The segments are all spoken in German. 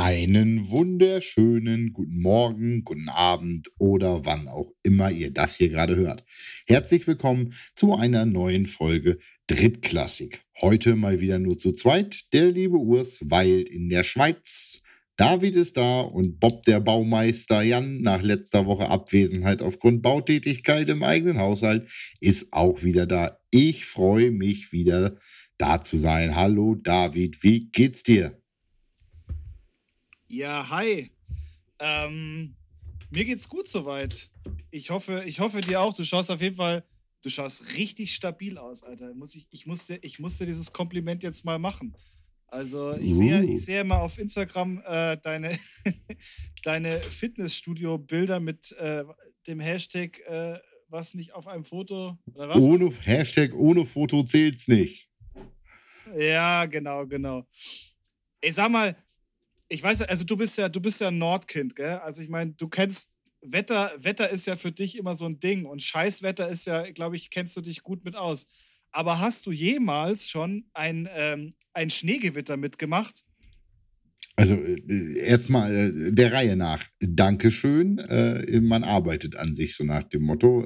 Einen wunderschönen guten Morgen, guten Abend oder wann auch immer ihr das hier gerade hört. Herzlich willkommen zu einer neuen Folge Drittklassik. Heute mal wieder nur zu zweit. Der liebe Urs weilt in der Schweiz. David ist da und Bob, der Baumeister Jan, nach letzter Woche Abwesenheit aufgrund Bautätigkeit im eigenen Haushalt, ist auch wieder da. Ich freue mich wieder da zu sein. Hallo David, wie geht's dir? Ja, hi. Mir geht's gut soweit. Ich hoffe dir auch. Du schaust auf jeden Fall, du schaust richtig stabil aus, Alter. Ich musste dieses Kompliment jetzt mal machen. Also ich Uh. sehe mal auf Instagram deine, deine Fitnessstudio-Bilder mit dem Hashtag, was nicht auf einem Foto, oder was war Ohne das? Hashtag, ohne Foto zählt's nicht. Ja, genau, genau. Ey, sag mal, ich weiß, also du bist ja ein Nordkind, gell? Also ich meine, du kennst Wetter ist ja für dich immer so ein Ding und Scheißwetter ist ja, glaube ich, kennst du dich gut mit aus. Aber hast du jemals schon ein Schneegewitter mitgemacht? Also erstmal der Reihe nach. Dankeschön. Man arbeitet an sich so nach dem Motto.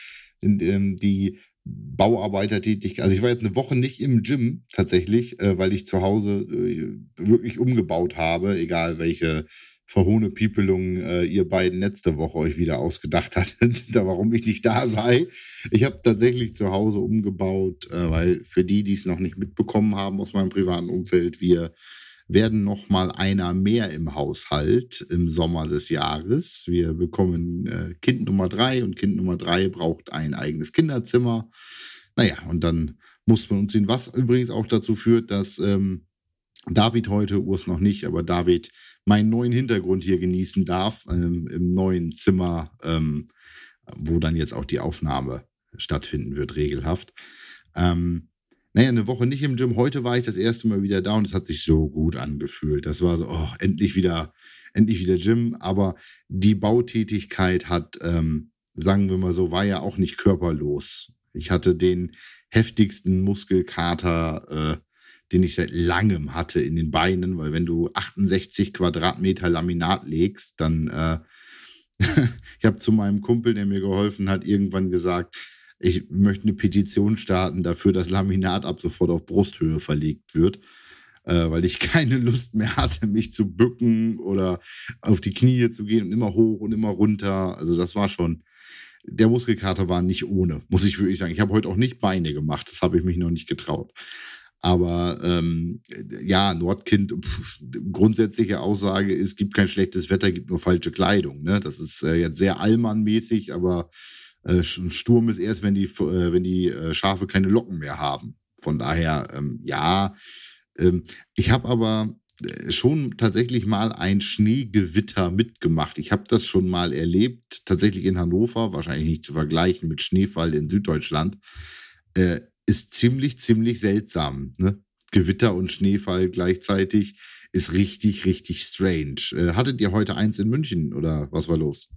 Die Bauarbeitertätigkeit. Also ich war jetzt eine Woche nicht im Gym tatsächlich, weil ich zu Hause wirklich umgebaut habe, egal welche Verhohne-Piepelung ihr beiden letzte Woche euch wieder ausgedacht hattet, da warum ich nicht da sei. Ich habe tatsächlich zu Hause umgebaut, weil für die, die es noch nicht mitbekommen haben aus meinem privaten Umfeld, wir werden noch mal einer mehr im Haushalt im Sommer des Jahres. Wir bekommen Kind Nummer 3 und Kind Nummer 3 braucht ein eigenes Kinderzimmer. Naja, und dann muss man umziehen, was übrigens auch dazu führt, dass David heute, Urs noch nicht, aber David meinen neuen Hintergrund hier genießen darf, im neuen Zimmer, wo dann jetzt auch die Aufnahme stattfinden wird, regelhaft. Naja, eine Woche nicht im Gym. Heute war ich das erste Mal wieder da und es hat sich so gut angefühlt. Das war so, oh, endlich wieder Gym. Aber die Bautätigkeit hat, sagen wir mal so, war ja auch nicht körperlos. Ich hatte den heftigsten Muskelkater, den ich seit langem hatte in den Beinen, weil wenn du 68 Quadratmeter Laminat legst, dann ich habe zu meinem Kumpel, der mir geholfen hat, irgendwann gesagt, ich möchte eine Petition starten dafür, dass Laminat ab sofort auf Brusthöhe verlegt wird, weil ich keine Lust mehr hatte, mich zu bücken oder auf die Knie zu gehen und immer hoch und immer runter. Also das war schon, der Muskelkater war nicht ohne, muss ich wirklich sagen. Ich habe heute auch nicht Beine gemacht, das habe ich mich noch nicht getraut. Aber ja, Nordkind, grundsätzliche Aussage ist, gibt kein schlechtes Wetter, gibt nur falsche Kleidung. Ne? Das ist jetzt sehr Allmann-mäßig, aber ein Sturm ist erst, wenn die Schafe keine Locken mehr haben. Von daher, ja. Ich habe aber schon tatsächlich mal ein Schneegewitter mitgemacht. Ich habe das schon mal erlebt, tatsächlich in Hannover, wahrscheinlich nicht zu vergleichen mit Schneefall in Süddeutschland. Ist ziemlich seltsam. Ne? Gewitter und Schneefall gleichzeitig ist richtig, richtig strange. Hattet ihr heute eins in München oder was war los?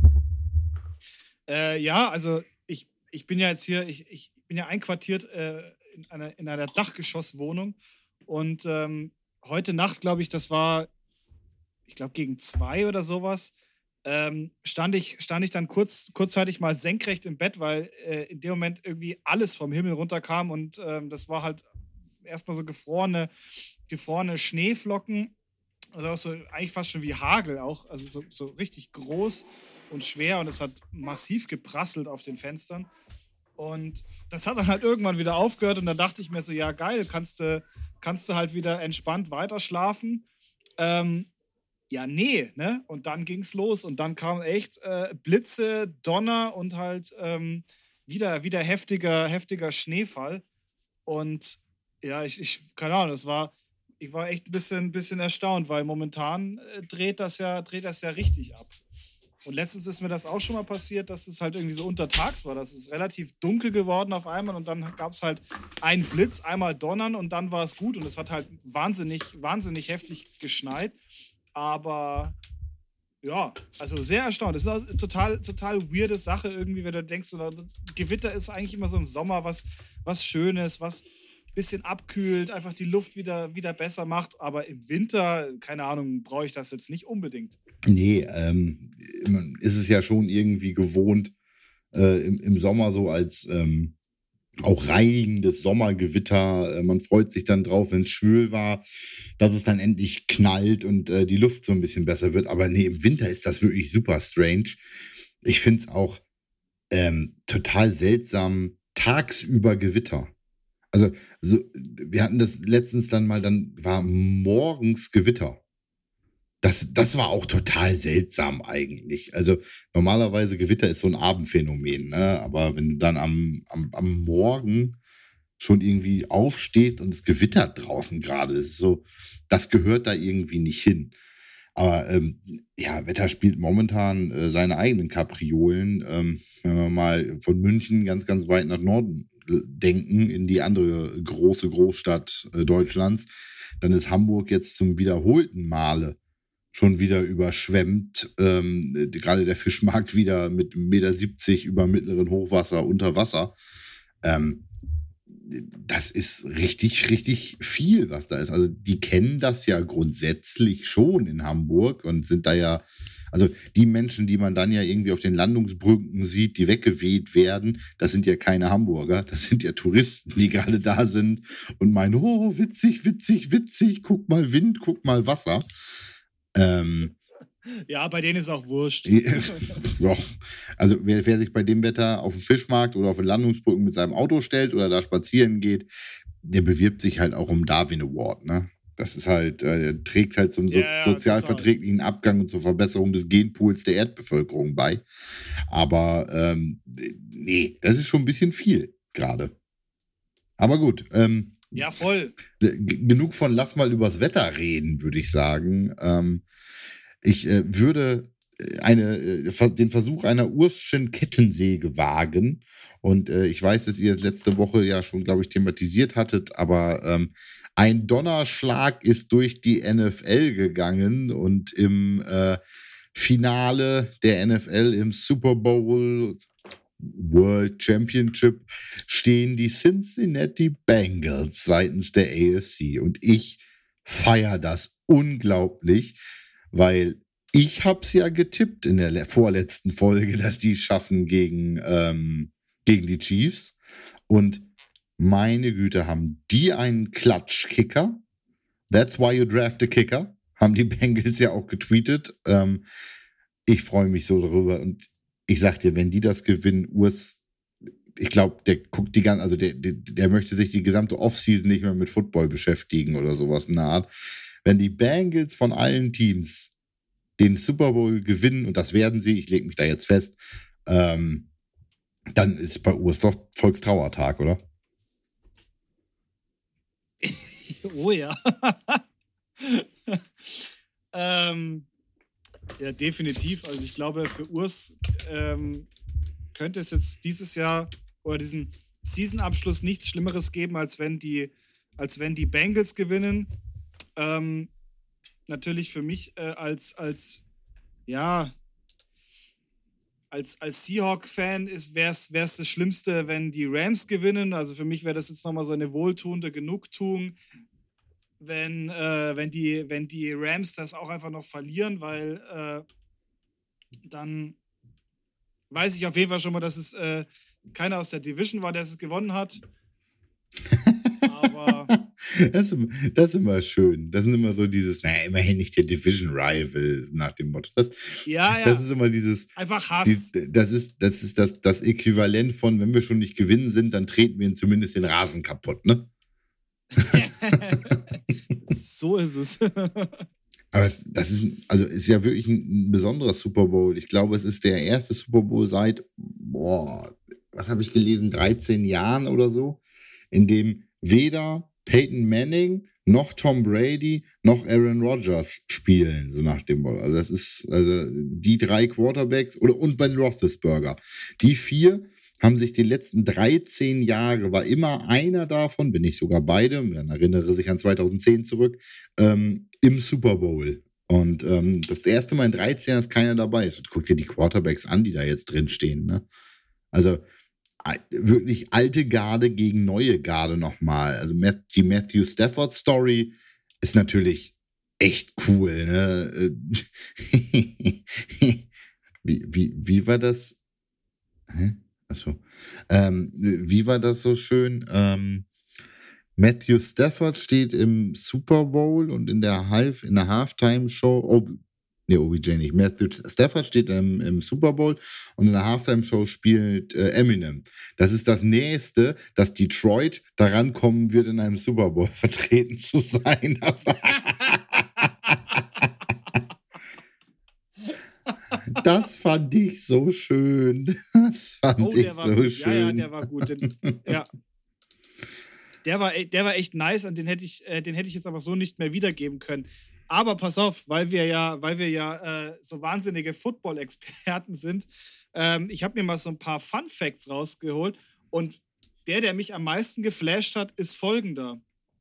Ja, also ich bin ja jetzt hier, ich bin ja einquartiert in einer Dachgeschosswohnung und heute Nacht, glaube ich, das war, ich glaube, gegen 2 oder sowas, stand ich dann kurzzeitig mal senkrecht im Bett, weil in dem Moment irgendwie alles vom Himmel runterkam und das war halt erstmal so gefrorene Schneeflocken, also auch so eigentlich fast schon wie Hagel auch, also so richtig groß und schwer und es hat massiv geprasselt auf den Fenstern. Und das hat dann halt irgendwann wieder aufgehört und dann dachte ich mir so, ja geil, kannst du halt wieder entspannt weiterschlafen. Ähm, ja, nee, ne? Und dann ging's los und dann kam echt Blitze, Donner und halt wieder heftiger Schneefall. Und ja, keine Ahnung, ich war echt ein bisschen erstaunt, weil momentan dreht das ja richtig ab. Und letztens ist mir das auch schon mal passiert, dass es halt irgendwie so untertags war. Das ist relativ dunkel geworden auf einmal und dann gab es halt einen Blitz, einmal Donnern und dann war es gut. Und es hat halt wahnsinnig heftig geschneit. Aber ja, also sehr erstaunt. Das ist total weirde Sache irgendwie, wenn du denkst, so, Gewitter ist eigentlich immer so im Sommer was Schönes, bisschen abkühlt, einfach die Luft wieder besser macht. Aber im Winter, keine Ahnung, brauche ich das jetzt nicht unbedingt. Nee, man ist es ja schon irgendwie gewohnt, im Sommer so als auch reinigendes Sommergewitter. Man freut sich dann drauf, wenn es schwül war, dass es dann endlich knallt und die Luft so ein bisschen besser wird. Aber nee, im Winter ist das wirklich super strange. Ich finde es auch total seltsam, tagsüber Gewitter. Also, wir hatten das letztens dann mal, dann war morgens Gewitter. Das war auch total seltsam eigentlich. Also normalerweise Gewitter ist so ein Abendphänomen, ne? Aber wenn du dann am Morgen schon irgendwie aufstehst und es gewittert draußen gerade, das ist so, das gehört da irgendwie nicht hin. Aber ja, Wetter spielt momentan seine eigenen Kapriolen. Wenn wir mal von München ganz, ganz weit nach Norden denken, in die andere große Großstadt Deutschlands, dann ist Hamburg jetzt zum wiederholten Male schon wieder überschwemmt. Gerade der Fischmarkt wieder mit 1,70 Meter über mittleren Hochwasser unter Wasser. Das ist richtig, richtig viel, was da ist. Also die kennen das ja grundsätzlich schon in Hamburg und sind da ja, also die Menschen, die man dann ja irgendwie auf den Landungsbrücken sieht, die weggeweht werden, das sind ja keine Hamburger, das sind ja Touristen, die gerade da sind und meinen, oh, witzig, witzig, witzig, guck mal Wind, guck mal Wasser. Ja, bei denen ist auch wurscht. Ja, also wer sich bei dem Wetter auf den Fischmarkt oder auf den Landungsbrücken mit seinem Auto stellt oder da spazieren geht, der bewirbt sich halt auch um Darwin Award, ne? Das ist halt, der trägt halt zum sozialverträglichen Abgang und zur Verbesserung des Genpools der Erdbevölkerung bei. Aber nee, das ist schon ein bisschen viel gerade. Aber gut. Ja, voll. Genug von lass mal übers Wetter reden, würde ich sagen. Ich würde den Versuch einer Urschen Kettensäge wagen. Und ich weiß, dass ihr es letzte Woche ja schon, glaube ich, thematisiert hattet, aber ein Donnerschlag ist durch die NFL gegangen und im Finale der NFL im Super Bowl World Championship stehen die Cincinnati Bengals seitens der AFC. Und ich feiere das unglaublich, weil ich habe es ja getippt in der vorletzten Folge, dass die es schaffen gegen die Chiefs. Und meine Güte, haben die einen Klatschkicker. That's why you draft a kicker. Haben die Bengals ja auch getweetet. Ich freue mich so darüber. Und ich sag dir, wenn die das gewinnen, ich glaube, der guckt die ganze, also der möchte sich die gesamte Offseason nicht mehr mit Football beschäftigen oder sowas in der Art. Wenn die Bengals von allen Teams den Super Bowl gewinnen, und das werden sie, ich lege mich da jetzt fest, dann ist bei Urs doch Volkstrauertag, oder? Oh ja. Ja, definitiv. Also ich glaube, für Urs könnte es jetzt dieses Jahr oder diesen Season-Abschluss nichts Schlimmeres geben, als wenn die Bengals gewinnen. Natürlich für mich als Seahawk-Fan wäre es das Schlimmste, wenn die Rams gewinnen. Also für mich wäre das jetzt nochmal so eine wohltuende Genugtuung, wenn die Rams das auch einfach noch verlieren, weil dann weiß ich auf jeden Fall schon mal, dass es keiner aus der Division war, der es gewonnen hat. Aber das ist immer schön. Das sind immer so dieses, naja, immerhin nicht der Division-Rival nach dem Motto. Das ist immer dieses. Einfach Hass. Das ist das Äquivalent von, wenn wir schon nicht gewinnen sind, dann treten wir zumindest den Rasen kaputt, ne? So ist es. Aber das ist ja wirklich ein besonderer Super Bowl. Ich glaube, es ist der erste Super Bowl seit, was habe ich gelesen, 13 Jahren oder so, in dem weder Peyton Manning noch Tom Brady noch Aaron Rodgers spielen, so nach dem Motto. Also das ist die 3 Quarterbacks und Ben Roethlisberger. Die 4 haben sich die letzten 13 Jahre, war immer einer davon, wenn nicht sogar beide, man erinnere sich an 2010 zurück, im Super Bowl. Und das erste Mal in 13 Jahren, dass keiner dabei ist. Und guck dir die Quarterbacks an, die da jetzt drin stehen. Ne? Also wirklich alte Garde gegen neue Garde nochmal. Also die Matthew Stafford Story ist natürlich echt cool, ne? Wie war das? Hä? Achso. Wie war das so schön? Matthew Stafford steht im Super Bowl und in der Halftime-Show, OBJ nicht. Matthew Stafford steht im Super Bowl und in der Halftime-Show spielt Eminem. Das ist das Nächste, dass Detroit daran kommen wird, in einem Super Bowl vertreten zu sein. Das fand ich so schön. Das fand ich so schön. Ja, der war gut. Ja. Der war echt nice und den hätte ich jetzt aber so nicht mehr wiedergeben können. Aber pass auf, weil wir ja so wahnsinnige Football-Experten sind, ich habe mir mal so ein paar Fun Facts rausgeholt und der mich am meisten geflasht hat, ist folgender.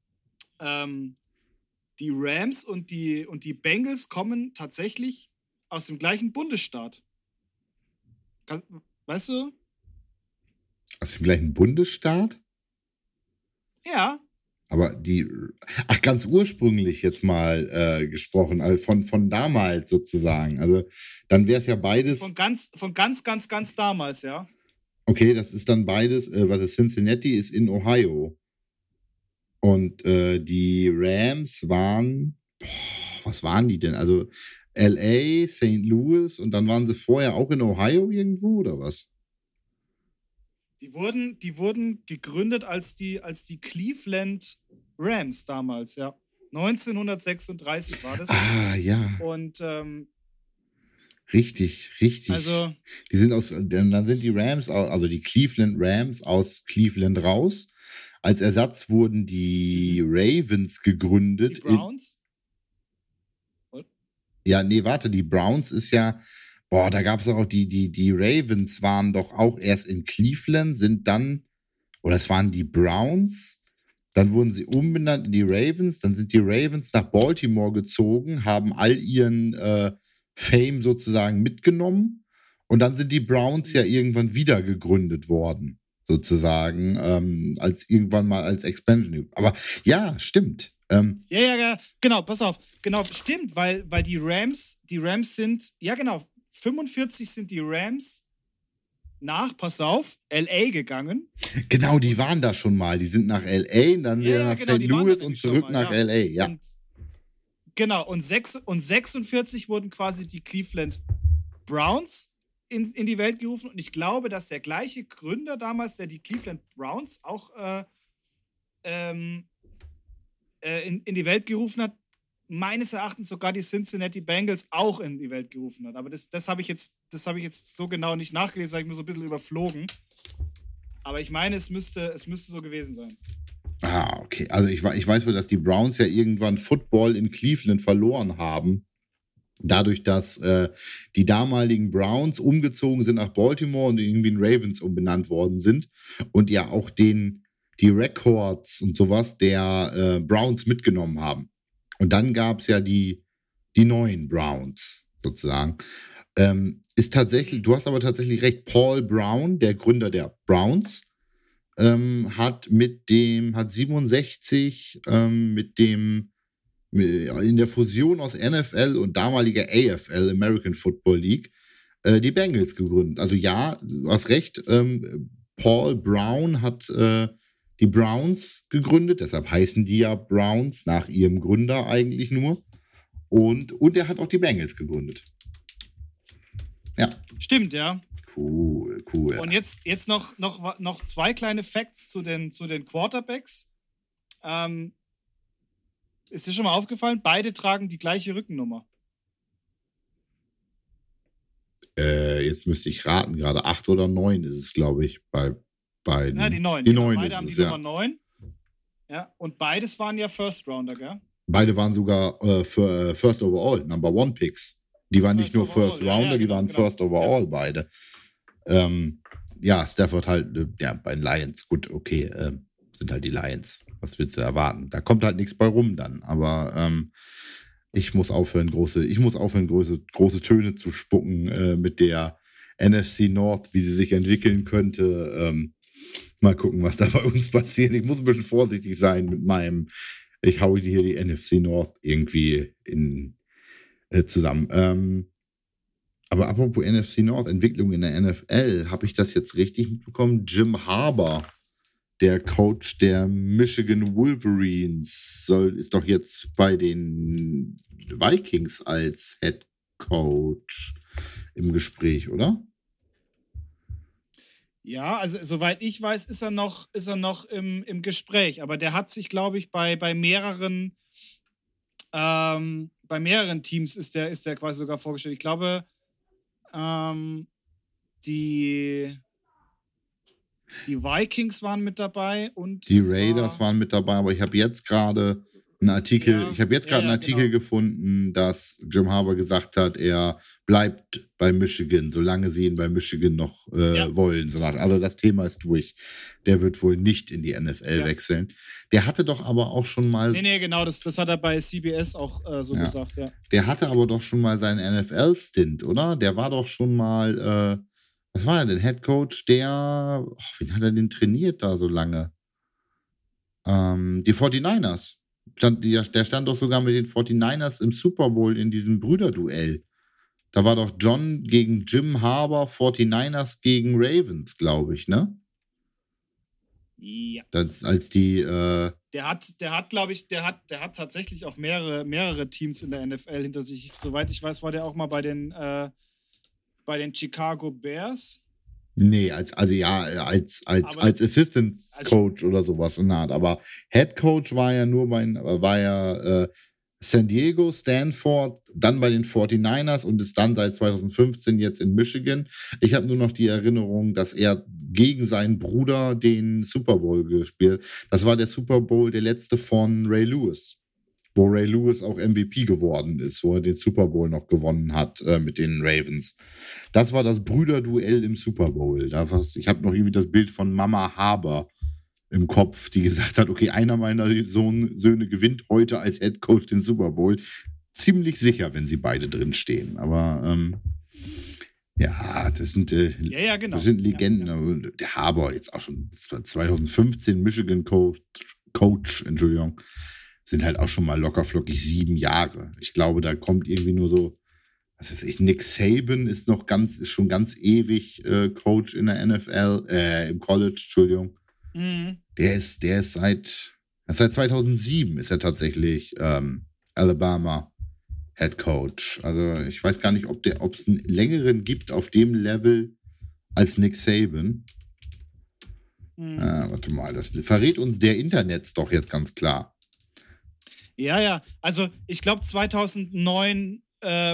Die Rams und die Bengals kommen tatsächlich aus dem gleichen Bundesstaat. Weißt du? Aus dem gleichen Bundesstaat? Ja. Aber ganz ursprünglich jetzt mal gesprochen, also von damals sozusagen. Also dann wäre es ja beides. Also von ganz damals, ja. Okay, das ist dann beides, was ist Cincinnati ist in Ohio. Und die Rams waren, was waren die denn? Also LA, St. Louis und dann waren sie vorher auch in Ohio irgendwo oder was? Die wurden gegründet als die Cleveland Rams damals, ja. 1936 war das. Ah, ja. Und richtig. Also, dann sind die Rams, also die Cleveland Rams aus Cleveland raus. Als Ersatz wurden die Ravens gegründet. Die Browns? Die Browns ist ja, da gab es auch die Ravens waren doch auch erst in Cleveland, es waren die Browns, dann wurden sie umbenannt in die Ravens, dann sind die Ravens nach Baltimore gezogen, haben all ihren Fame sozusagen mitgenommen und dann sind die Browns ja irgendwann wieder gegründet worden, sozusagen, als irgendwann mal als Expansion. Aber ja, stimmt. Ja, genau, pass auf. Genau, stimmt, weil die Rams sind, ja genau, 45 sind die Rams pass auf, LA gegangen. Genau, die waren da schon mal. Die sind nach LA, dann wieder nach St. Louis und zurück nach LA, ja. Und 46 wurden quasi die Cleveland Browns in die Welt gerufen. Und ich glaube, dass der gleiche Gründer damals, der die Cleveland Browns auch in die Welt gerufen hat, meines Erachtens sogar die Cincinnati Bengals auch in die Welt gerufen hat. Aber das habe ich jetzt so genau nicht nachgelesen, habe ich mir so ein bisschen überflogen. Aber ich meine, es müsste so gewesen sein. Ah, okay. Also ich weiß wohl, dass die Browns ja irgendwann Football in Cleveland verloren haben. Dadurch, dass die damaligen Browns umgezogen sind nach Baltimore und irgendwie in Ravens umbenannt worden sind und ja auch die Records und sowas der Browns mitgenommen haben. Und dann gab es ja die neuen Browns sozusagen. Ist tatsächlich, du hast aber tatsächlich recht, Paul Brown, der Gründer der Browns, hat 67 in der Fusion aus NFL und damaliger AFL, American Football League, die Bengals gegründet. Also ja, du hast recht, Paul Brown hat die Browns gegründet, deshalb heißen die ja Browns, nach ihrem Gründer eigentlich nur. Und er hat auch die Bengals gegründet. Ja. Stimmt, ja. Cool. Und jetzt noch zwei kleine Facts zu den Quarterbacks. Ist dir schon mal aufgefallen? Beide tragen die gleiche Rückennummer. Jetzt müsste ich raten, gerade 8 oder 9 ist es, glaube ich, bei beiden. Ja, die 9. Die 9 beide haben die Nummer 9. Ja, und beides waren ja First Rounder, gell? Beide waren sogar für First Overall, Number One Picks. Die waren nicht nur First Rounder, die waren First Overall beide. Stafford halt, bei den Lions, gut, okay, sind halt die Lions. Was willst du erwarten? Da kommt halt nichts bei rum dann, aber ich muss aufhören, große Töne zu spucken mit der NFC North, wie sie sich entwickeln könnte. Mal gucken, was da bei uns passiert. Ich muss ein bisschen vorsichtig sein mit meinem, ich hau hier die NFC North irgendwie zusammen. Aber apropos NFC North, Entwicklung in der NFL, habe ich das jetzt richtig mitbekommen? Jim Harbaugh, der Coach der Michigan Wolverines, ist doch jetzt bei den Vikings als Head Coach im Gespräch, oder? Ja, also soweit ich weiß, ist er noch im Gespräch. Aber der hat sich, glaube ich, bei mehreren Teams ist der quasi sogar vorgestellt. Ich glaube, die Vikings waren mit dabei und die Raiders waren mit dabei, aber ich habe jetzt gerade einen Artikel, genau. gefunden, dass Jim Harbaugh gesagt hat, er bleibt bei Michigan, solange sie ihn bei Michigan noch wollen. Also das Thema ist durch. Der wird wohl nicht in die NFL wechseln. Der hatte doch aber auch schon mal... Nee, genau, das hat er bei CBS auch gesagt, ja. Der hatte aber doch schon mal seinen NFL-Stint, oder? Der war doch schon mal... was war er denn? Head Coach, wen hat er denn trainiert da so lange? Die 49ers. Der stand doch sogar mit den 49ers im Super Bowl in diesem Brüderduell. Da war doch John gegen Jim Harbaugh, 49ers gegen Ravens, glaube ich, ne? Ja. Das, als die. Der hat tatsächlich auch mehrere Teams in der NFL hinter sich. Soweit ich weiß, war der auch mal bei den Chicago Bears. Nee, als Assistant Coach oder sowas in der Art. Aber Head Coach war ja San Diego, Stanford, dann bei den 49ers und ist dann seit 2015 jetzt in Michigan. Ich habe nur noch die Erinnerung, dass er gegen seinen Bruder den Super Bowl gespielt. Das war der Super Bowl, der letzte von Ray Lewis, wo Ray Lewis auch MVP geworden ist, wo er den Super Bowl noch gewonnen hat mit den Ravens. Das war das Brüderduell im Super Bowl. Ich habe noch irgendwie das Bild von Mama Haber im Kopf, die gesagt hat, okay, einer meiner Söhne gewinnt heute als Head Coach den Super Bowl. Ziemlich sicher, wenn sie beide drin stehen. Aber das sind genau. Das sind Legenden. Ja. Der Haber jetzt auch schon 2015 Michigan Coach, Entschuldigung, sind halt auch schon mal lockerflockig 7 Jahre. Ich glaube, da kommt irgendwie nur so, was weiß ich, Nick Saban ist schon ganz ewig Coach in der NFL, im College, Entschuldigung. Mhm. Der ist seit 2007 ist er tatsächlich Alabama Head Coach. Also ich weiß gar nicht, ob es einen längeren gibt auf dem Level als Nick Saban. Mhm. Warte mal, das verrät uns der Internet doch jetzt ganz klar. Ja. Also ich glaube 2009,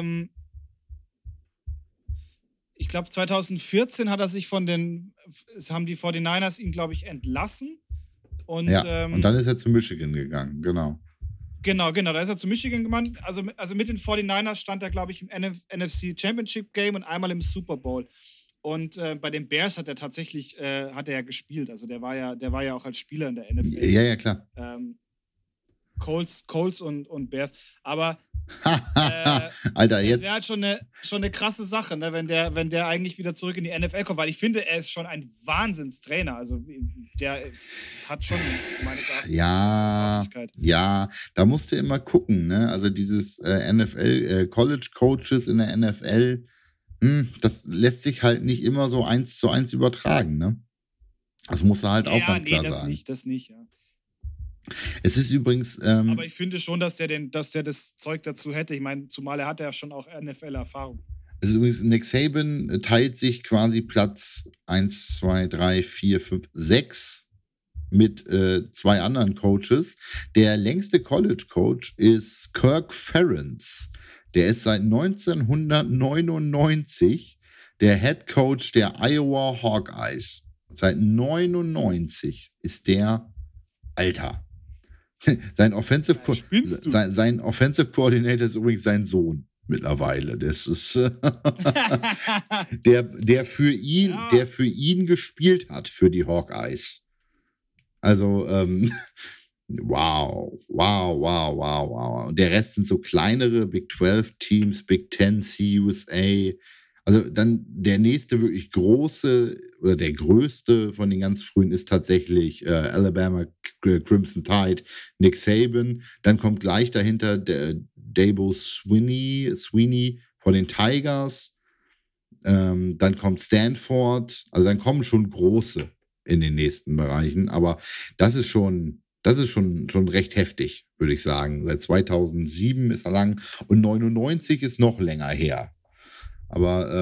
2014 hat er sich haben die 49ers ihn, glaube ich, entlassen. Und, und dann ist er zu Michigan gegangen, genau. Genau, da ist er zu Michigan gegangen. Also mit den 49ers stand er, glaube ich, im NFC Championship Game und einmal im Super Bowl. Und bei den Bears hat er tatsächlich gespielt. Also der war ja auch als Spieler in der NFL. Ja, klar. Colts und Bears. Aber Alter, das wäre halt schon eine krasse Sache, ne, wenn der eigentlich wieder zurück in die NFL kommt, weil ich finde, er ist schon ein Wahnsinnstrainer. Also der hat schon meines Erachtens Ja, da musst du immer gucken, ne? Also dieses NFL, College Coaches in der NFL, das lässt sich halt nicht immer so 1:1 übertragen, ne? Das musst du halt auch ganz klar sagen. Das nicht, ja. Es ist übrigens. Aber ich finde schon, dass der das Zeug dazu hätte. Ich meine, zumal er hat ja schon auch NFL-Erfahrung. Es ist übrigens, Nick Saban teilt sich quasi Platz 1, 2, 3, 4, 5, 6 mit 2 anderen Coaches. Der längste College-Coach ist Kirk Ferentz. Der ist seit 1999 der Head Coach der Iowa Hawkeyes. Seit 1999 ist der Alter. Sein Offensive Coordinator ist übrigens sein Sohn mittlerweile. Das ist der für ihn gespielt hat für die Hawkeyes. Also wow. Und der Rest sind so kleinere Big 12 Teams, Big 10, CUSA. Also dann der nächste wirklich große oder der größte von den ganz frühen ist tatsächlich Alabama Crimson Tide, Nick Saban. Dann kommt gleich dahinter der Dabo Sweeney von den Tigers. Dann kommt Stanford. Also dann kommen schon große in den nächsten Bereichen. Aber das ist schon recht heftig, würde ich sagen. Seit 2007 ist er lang und 99 ist noch länger her. Aber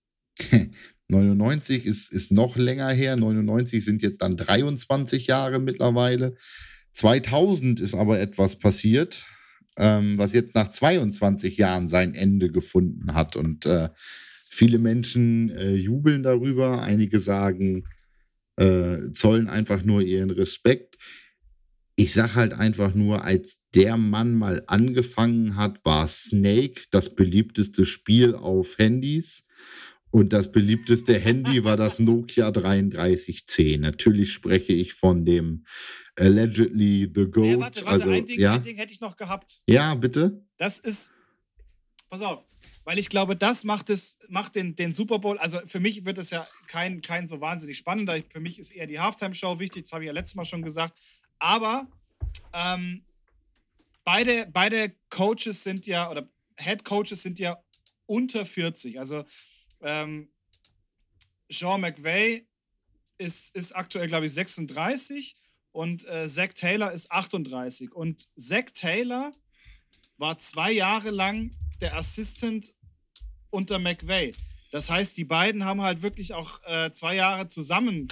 99 ist noch länger her. 99 sind jetzt dann 23 Jahre mittlerweile. 2000 ist aber etwas passiert, was jetzt nach 22 Jahren sein Ende gefunden hat. Und viele Menschen jubeln darüber. Einige sagen, zollen einfach nur ihren Respekt. Ich sag halt einfach nur, als der Mann mal angefangen hat, war Snake das beliebteste Spiel auf Handys. Und das beliebteste Handy war das Nokia 3310. Natürlich spreche ich von dem allegedly the GOAT. Warte, also, ein Ding hätte ich noch gehabt. Ja, bitte? Das ist, pass auf, weil ich glaube, das macht den Super Bowl, also für mich wird es ja kein so wahnsinnig spannender. Für mich ist eher die Halftime-Show wichtig, das habe ich ja letztes Mal schon gesagt. Aber beide Coaches sind ja, oder Head Coaches sind ja unter 40. Also Sean McVay ist aktuell, glaube ich, 36 und Zac Taylor ist 38. Und Zac Taylor war 2 Jahre lang der Assistant unter McVay. Das heißt, die beiden haben halt wirklich auch 2 Jahre zusammen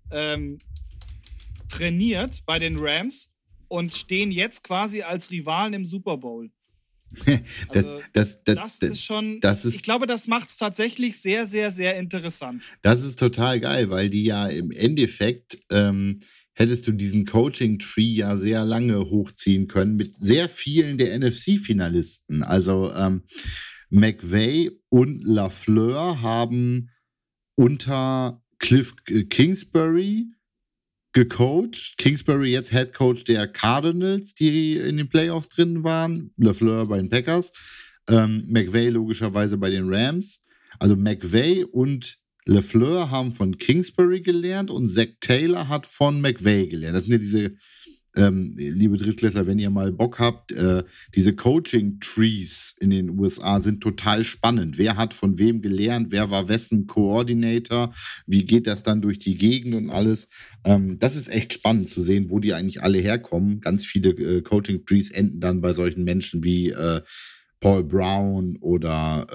trainiert bei den Rams und stehen jetzt quasi als Rivalen im Super Bowl. Also, das ist schon, ich glaube, das macht es tatsächlich sehr, sehr, sehr interessant. Das ist total geil, weil die ja im Endeffekt hättest du diesen Coaching-Tree ja sehr lange hochziehen können mit sehr vielen der NFC-Finalisten. Also McVay und LaFleur haben unter Cliff Kingsbury gecoacht. Kingsbury jetzt Head Coach der Cardinals, die in den Playoffs drin waren. LaFleur bei den Packers. McVay logischerweise bei den Rams. Also McVay und LaFleur haben von Kingsbury gelernt und Zac Taylor hat von McVay gelernt. Das sind ja diese, liebe Drittklässler, wenn ihr mal Bock habt, diese Coaching-Trees in den USA sind total spannend. Wer hat von wem gelernt? Wer war wessen Coordinator? Wie geht das dann durch die Gegend und alles? Das ist echt spannend zu sehen, wo die eigentlich alle herkommen. Ganz viele Coaching-Trees enden dann bei solchen Menschen wie Paul Brown oder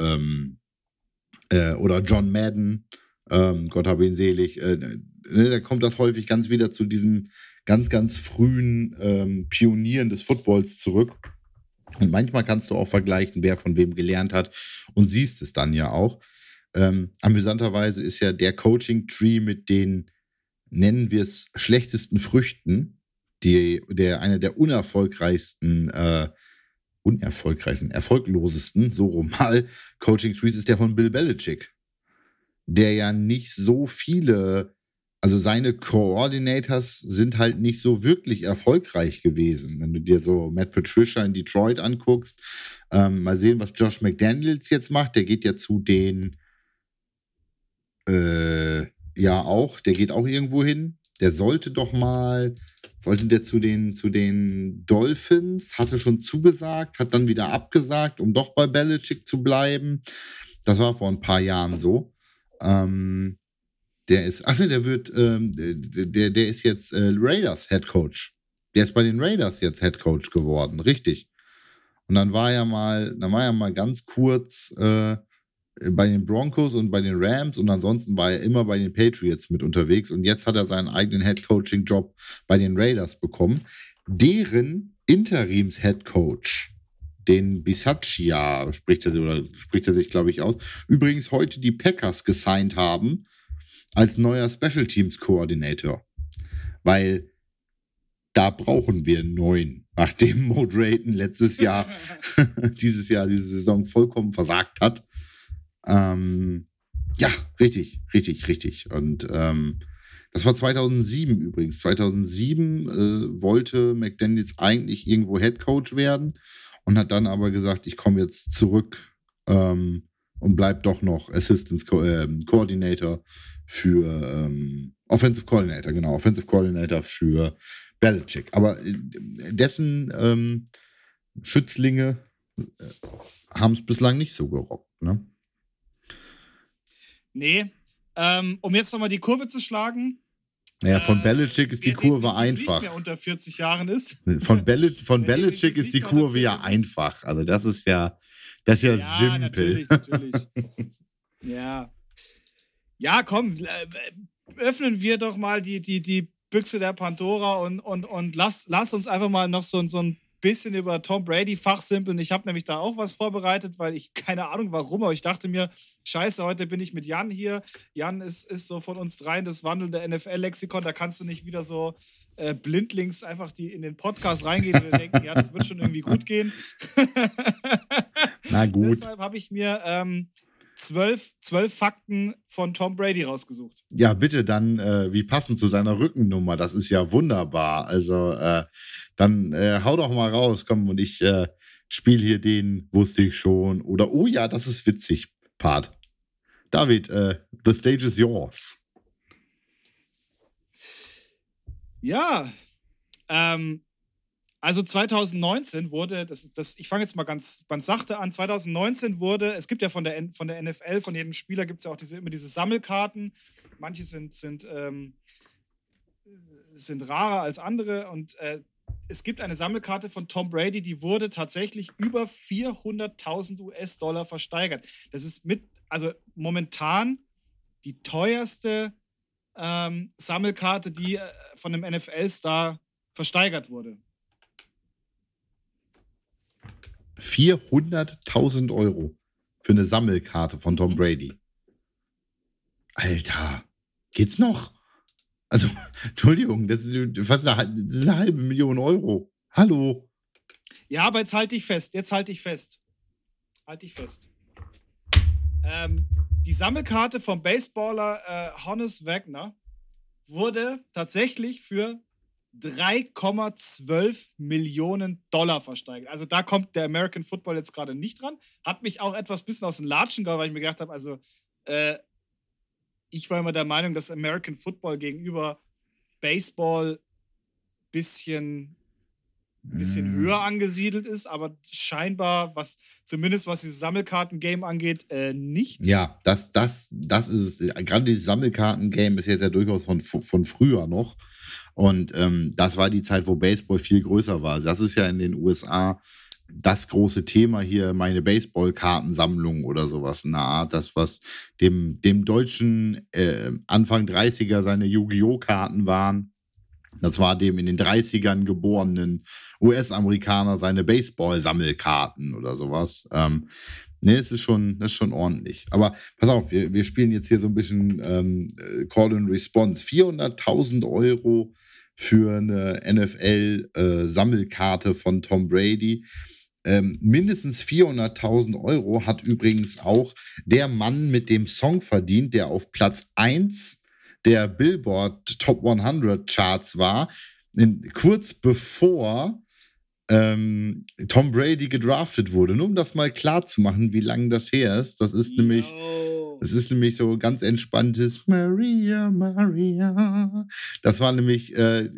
John Madden. Gott habe ihn selig. Da kommt das häufig ganz wieder zu diesen ganz, ganz frühen Pionieren des Footballs zurück. Und manchmal kannst du auch vergleichen, wer von wem gelernt hat und siehst es dann ja auch. Amüsanterweise ist ja der Coaching-Tree mit den, nennen wir es, schlechtesten Früchten, einer der erfolglosesten, so rum mal, Coaching-Trees ist der von Bill Belichick, der ja nicht so viele, also seine Coordinators sind halt nicht so wirklich erfolgreich gewesen. Wenn du dir so Matt Patricia in Detroit anguckst, mal sehen, was Josh McDaniels jetzt macht. Der geht ja zu den, der geht auch irgendwo hin. Der sollte der zu den Dolphins, hatte schon zugesagt, hat dann wieder abgesagt, um doch bei Belichick zu bleiben. Das war vor ein paar Jahren so. Der ist jetzt Raiders Head Coach. Der ist bei den Raiders jetzt Head Coach geworden, richtig. Und dann war er mal ganz kurz bei den Broncos und bei den Rams und ansonsten war er immer bei den Patriots mit unterwegs und jetzt hat er seinen eigenen Head Coaching Job bei den Raiders bekommen. Deren Interims-Head Coach, den Bisaccia, spricht er sich, glaube ich, aus, übrigens heute die Packers gesigned haben als neuer Special Teams Coordinator. Weil da brauchen wir einen neuen, nachdem Mo Drayton diese Saison vollkommen versagt hat. Ja, richtig. Und das war 2007 übrigens. 2007 wollte McDaniels eigentlich irgendwo Head Coach werden und hat dann aber gesagt, ich komme jetzt zurück und bleibt doch noch Assistance Coordinator für Offensive Coordinator, genau, Offensive Coordinator für Belichick. Aber dessen Schützlinge haben es bislang nicht so gerockt, ne? Nee. Um jetzt nochmal die Kurve zu schlagen. Naja, von Belichick ist die Kurve einfach. Nicht mehr unter 40 Jahren ist. Von Belichick ist die Kurve ja einfach. Also das ist ja simpel. Natürlich. Ja. Ja, komm, öffnen wir doch mal die Büchse der Pandora und lass uns einfach mal noch so ein bisschen über Tom Brady fachsimpeln. Ich habe nämlich da auch was vorbereitet, weil ich keine Ahnung warum, aber ich dachte mir, scheiße, heute bin ich mit Jan hier. Jan ist so von uns dreien das wandelnde NFL-Lexikon. Da kannst du nicht wieder so blindlings einfach die in den Podcast reingehen und denken, ja, das wird schon irgendwie gut gehen. Na gut. Deshalb habe ich mir 12 Fakten von Tom Brady rausgesucht. Ja, bitte, dann wie passend zu seiner Rückennummer. Das ist ja wunderbar. Also dann hau doch mal raus, komm, und ich spiele hier den, wusste ich schon. Oder, oh ja, das ist witzig, Part. David, the stage is yours. Ja, also 2019 wurde, ich fange jetzt mal ganz sachte an, 2019 wurde, es gibt ja von der NFL, von jedem Spieler gibt es ja auch immer diese Sammelkarten. Manche sind rarer als andere und es gibt eine Sammelkarte von Tom Brady, die wurde tatsächlich über 400.000 US-Dollar versteigert. Das ist also momentan die teuerste Sammelkarte, die von einem NFL-Star versteigert wurde. 400.000 Euro für eine Sammelkarte von Tom Brady. Alter, geht's noch? Also, Entschuldigung, das ist fast eine 500.000 Euro. Hallo? Ja, aber jetzt halt dich fest. Die Sammelkarte vom Baseballer Honus Wagner wurde tatsächlich für 3,12 Millionen Dollar versteigert. Also da kommt der American Football jetzt gerade nicht dran. Hat mich auch etwas bisschen aus den Latschen gehauen, weil ich mir gedacht habe, also ich war immer der Meinung, dass American Football gegenüber Baseball bisschen höher angesiedelt ist, aber scheinbar, zumindest was dieses Sammelkarten-Game angeht, nicht. Ja, das ist es. Gerade dieses Sammelkarten-Game ist jetzt ja durchaus von früher noch. Und das war die Zeit, wo Baseball viel größer war. Das ist ja in den USA das große Thema hier, meine Baseball-Kartensammlung oder sowas in der Art. Das, was dem Deutschen Anfang 30er seine Yu-Gi-Oh! Karten waren. Das war dem in den 30ern geborenen US-Amerikaner seine Baseball-Sammelkarten oder sowas. Nee, das ist schon ordentlich. Aber pass auf, wir spielen jetzt hier so ein bisschen Call and Response. 400.000 Euro für eine NFL-Sammelkarte von Tom Brady. Mindestens 400.000 Euro hat übrigens auch der Mann mit dem Song verdient, der auf Platz 1 der Billboard Top 100 Charts war, kurz bevor Tom Brady gedraftet wurde. Nur um das mal klar zu machen, wie lange das her ist. Das ist nämlich so ganz entspanntes Maria, Maria. Das war nämlich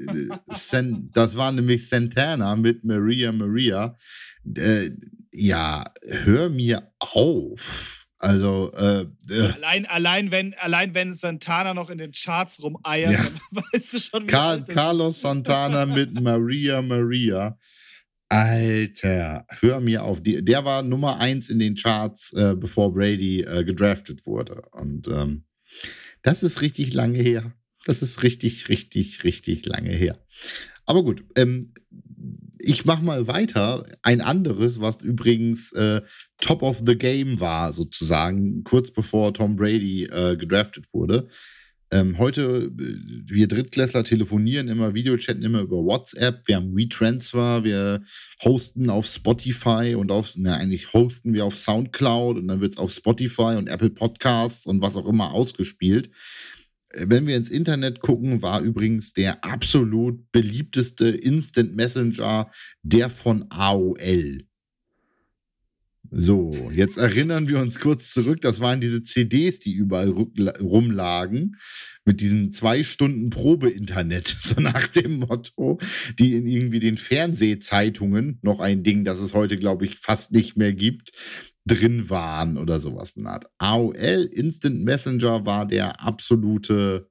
Santana mit Maria, Maria. Ja, hör mir auf. Also allein wenn Santana noch in den Charts rumeiert, ja. Dann weißt du schon, wie alt das Carlos ist. Santana mit Maria, Maria. Alter, hör mir auf. Der war Nummer 1 in den Charts, bevor Brady gedraftet wurde. Und das ist richtig lange her. Das ist richtig, richtig, richtig lange her. Aber gut, ich mach mal weiter. Ein anderes, was übrigens Top of the Game war, sozusagen, kurz bevor Tom Brady gedraftet wurde. Heute, wir Drittklässler telefonieren immer, Videochatten immer über WhatsApp, wir haben WeTransfer, wir hosten auf Spotify und eigentlich hosten wir auf Soundcloud und dann wird es auf Spotify und Apple Podcasts und was auch immer ausgespielt. Wenn wir ins Internet gucken, war übrigens der absolut beliebteste Instant Messenger der von AOL. So, jetzt erinnern wir uns kurz zurück. Das waren diese CDs, die überall rumlagen, mit diesen 2 Stunden Probe-Internet, so nach dem Motto, die in irgendwie den Fernsehzeitungen, noch ein Ding, das es heute, glaube ich, fast nicht mehr gibt, drin waren oder sowas in der Art. AOL Instant Messenger war der absolute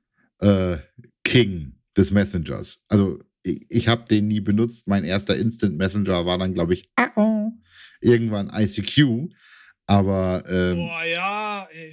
King des Messengers. Also ich habe den nie benutzt. Mein erster Instant Messenger war dann, glaube ich, irgendwann ICQ. Aber Boah, ja, ey.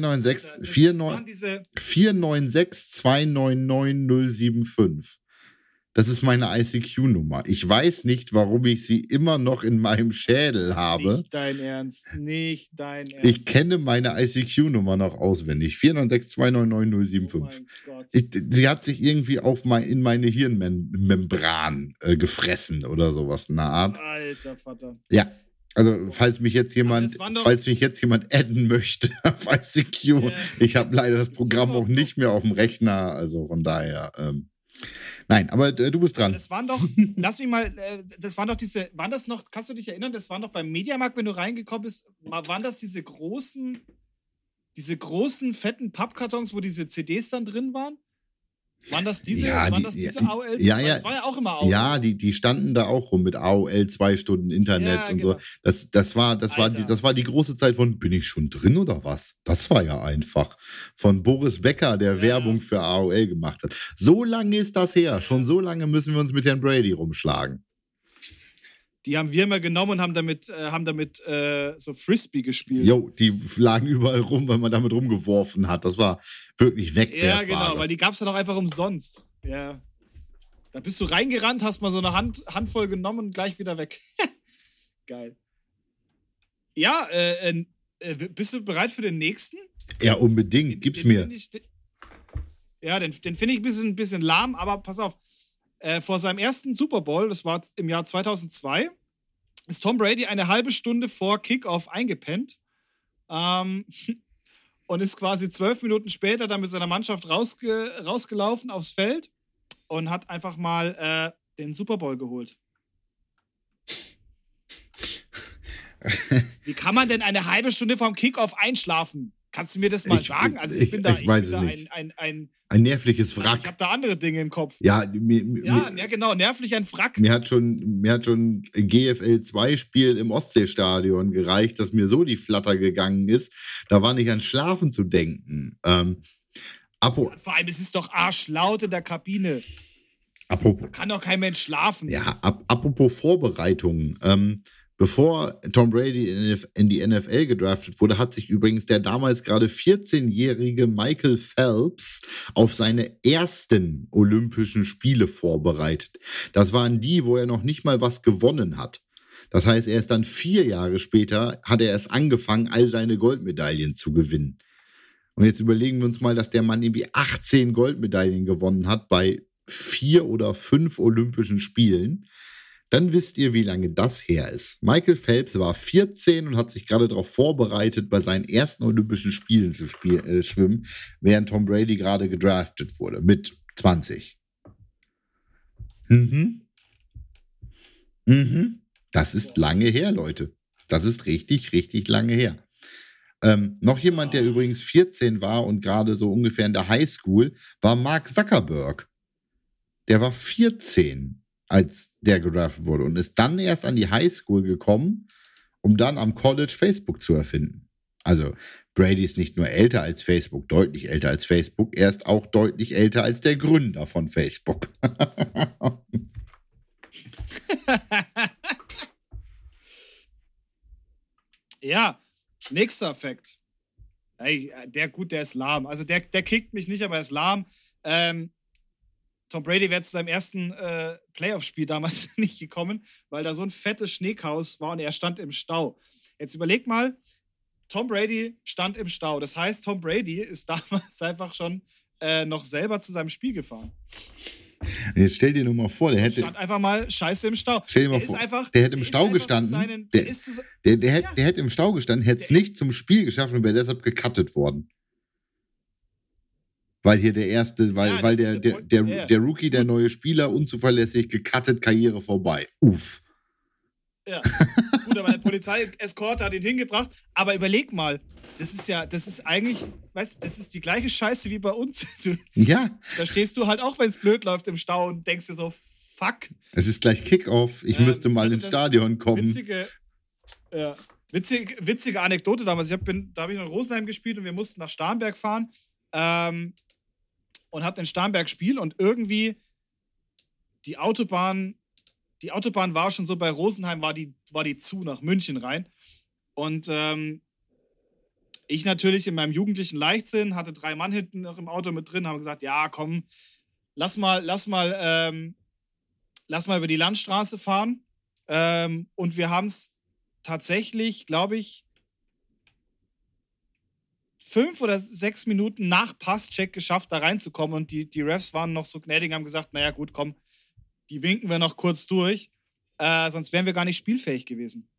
496-299-075. Das ist meine ICQ-Nummer. Ich weiß nicht, warum ich sie immer noch in meinem Schädel habe. Nicht dein Ernst, nicht dein Ernst. Ich kenne meine ICQ-Nummer noch auswendig. 496-299-075. Oh mein Gott. Sie hat sich irgendwie in meine Hirnmembran gefressen oder sowas in der Art. Alter Vater. Ja. Also, falls mich jetzt jemand adden möchte auf ICQ, ich habe leider das Programm auch nicht mehr auf dem Rechner, also von daher, nein, aber du bist dran. Das waren doch, lass mich mal, das waren doch waren das noch, kannst du dich erinnern, das waren doch beim Mediamarkt, wenn du reingekommen bist, waren das diese großen, fetten Pappkartons, wo diese CDs dann drin waren? Waren das diese AOLs? Ja. Das war ja auch immer AOL. Ja, die standen da auch rum mit AOL 2 Stunden Internet und genau. So. Das war die große Zeit von, bin ich schon drin oder was? Das war ja einfach. Von Boris Becker, der Werbung für AOL gemacht hat. So lange ist das her. Schon so lange müssen wir uns mit Herrn Brady rumschlagen. Die haben wir immer genommen und haben damit so Frisbee gespielt. Jo, die lagen überall rum, weil man damit rumgeworfen hat. Das war wirklich Wegwerfware. Ja, genau, weil die gab es dann auch einfach umsonst. Ja. Da bist du reingerannt, hast mal so eine Handvoll genommen und gleich wieder weg. Geil. Ja, bist du bereit für den nächsten? Ja, unbedingt. Gib's mir. Den finde ich ein bisschen lahm, aber pass auf. Vor seinem ersten Super Bowl, das war im Jahr 2002, ist Tom Brady eine halbe Stunde vor Kickoff eingepennt und ist quasi 12 Minuten später dann mit seiner Mannschaft rausgelaufen aufs Feld und hat einfach mal den Super Bowl geholt. Wie kann man denn eine halbe Stunde vorm Kickoff einschlafen? Kannst du mir das mal sagen? Also ich bin da ein nervliches Wrack. Ich habe da andere Dinge im Kopf. Ja, genau, nervlich ein Wrack. Mir hat schon GFL 2-Spiel im Ostseestadion gereicht, dass mir so die Flatter gegangen ist. Da war nicht an Schlafen zu denken. Vor allem, es ist doch arschlaut in der Kabine. Da kann doch kein Mensch schlafen. Ja, apropos Vorbereitungen. Bevor Tom Brady in die NFL gedraftet wurde, hat sich übrigens der damals gerade 14-jährige Michael Phelps auf seine ersten Olympischen Spiele vorbereitet. Das waren die, wo er noch nicht mal was gewonnen hat. Das heißt, er ist dann 4 Jahre später, hat er erst angefangen, all seine Goldmedaillen zu gewinnen. Und jetzt überlegen wir uns mal, dass der Mann irgendwie 18 Goldmedaillen gewonnen hat bei 4 oder 5 Olympischen Spielen. Dann wisst ihr, wie lange das her ist. Michael Phelps war 14 und hat sich gerade darauf vorbereitet, bei seinen ersten Olympischen Spielen zu schwimmen, während Tom Brady gerade gedraftet wurde, mit 20. Das ist lange her, Leute. Das ist richtig, richtig lange her. Noch jemand, der übrigens 14 war und gerade so ungefähr in der Highschool, war Mark Zuckerberg. Der war 14, als der gedraftet wurde und ist dann erst an die Highschool gekommen, um dann am College Facebook zu erfinden. Also Brady ist nicht nur älter als Facebook, deutlich älter als Facebook, er ist auch deutlich älter als der Gründer von Facebook. Ja, nächster Fakt. Hey, der ist lahm. Also der kickt mich nicht, aber er ist lahm. Tom Brady wäre zu seinem ersten Playoff-Spiel damals nicht gekommen, weil da so ein fettes Schneechaos war und er stand im Stau. Jetzt überleg mal, Tom Brady stand im Stau. Das heißt, Tom Brady ist damals einfach schon noch selber zu seinem Spiel gefahren. Jetzt stell dir nur mal vor, der hätte... stand einfach mal scheiße im Stau. Stell dir mal vor, der hätte im Stau gestanden. Der hätte im Stau gestanden, hätte es nicht zum Spiel geschafft und wäre deshalb gecuttet worden. Weil hier der erste, der Rookie, der neue Spieler, unzuverlässig, gecuttet, Karriere vorbei. Uff. Ja. Gut, aber der Polizeieskorte hat ihn hingebracht. Aber überleg mal, das ist eigentlich, weißt du, das ist die gleiche Scheiße wie bei uns. Ja. Da stehst du halt auch, wenn es blöd läuft im Stau und denkst dir so, fuck. Es ist gleich Kickoff, ich müsste mal ins Stadion kommen. Witzige Anekdote damals. Da habe ich noch in Rosenheim gespielt und wir mussten nach Starnberg fahren und hatten in Starnberg Spiel und irgendwie die Autobahn war schon so, bei Rosenheim war die zu nach München rein. Und ich natürlich in meinem jugendlichen Leichtsinn hatte 3 Mann hinten noch im Auto mit drin, haben gesagt, ja komm, lass mal über die Landstraße fahren. Und wir haben es tatsächlich, glaube ich, 5 oder 6 Minuten nach Passcheck geschafft, da reinzukommen. Und die Refs waren noch so gnädig, haben gesagt, naja gut, komm, die winken wir noch kurz durch. Sonst wären wir gar nicht spielfähig gewesen.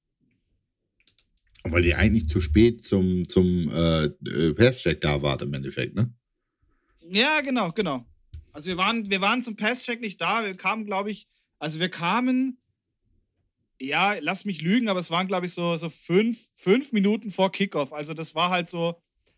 Weil die eigentlich zu spät zum Passcheck da war im Endeffekt, ne? Ja, genau. Also wir waren zum Passcheck nicht da. Wir kamen, ja, lass mich lügen, aber es waren, glaube ich, so 5 Minuten vor Kickoff. Also das war halt so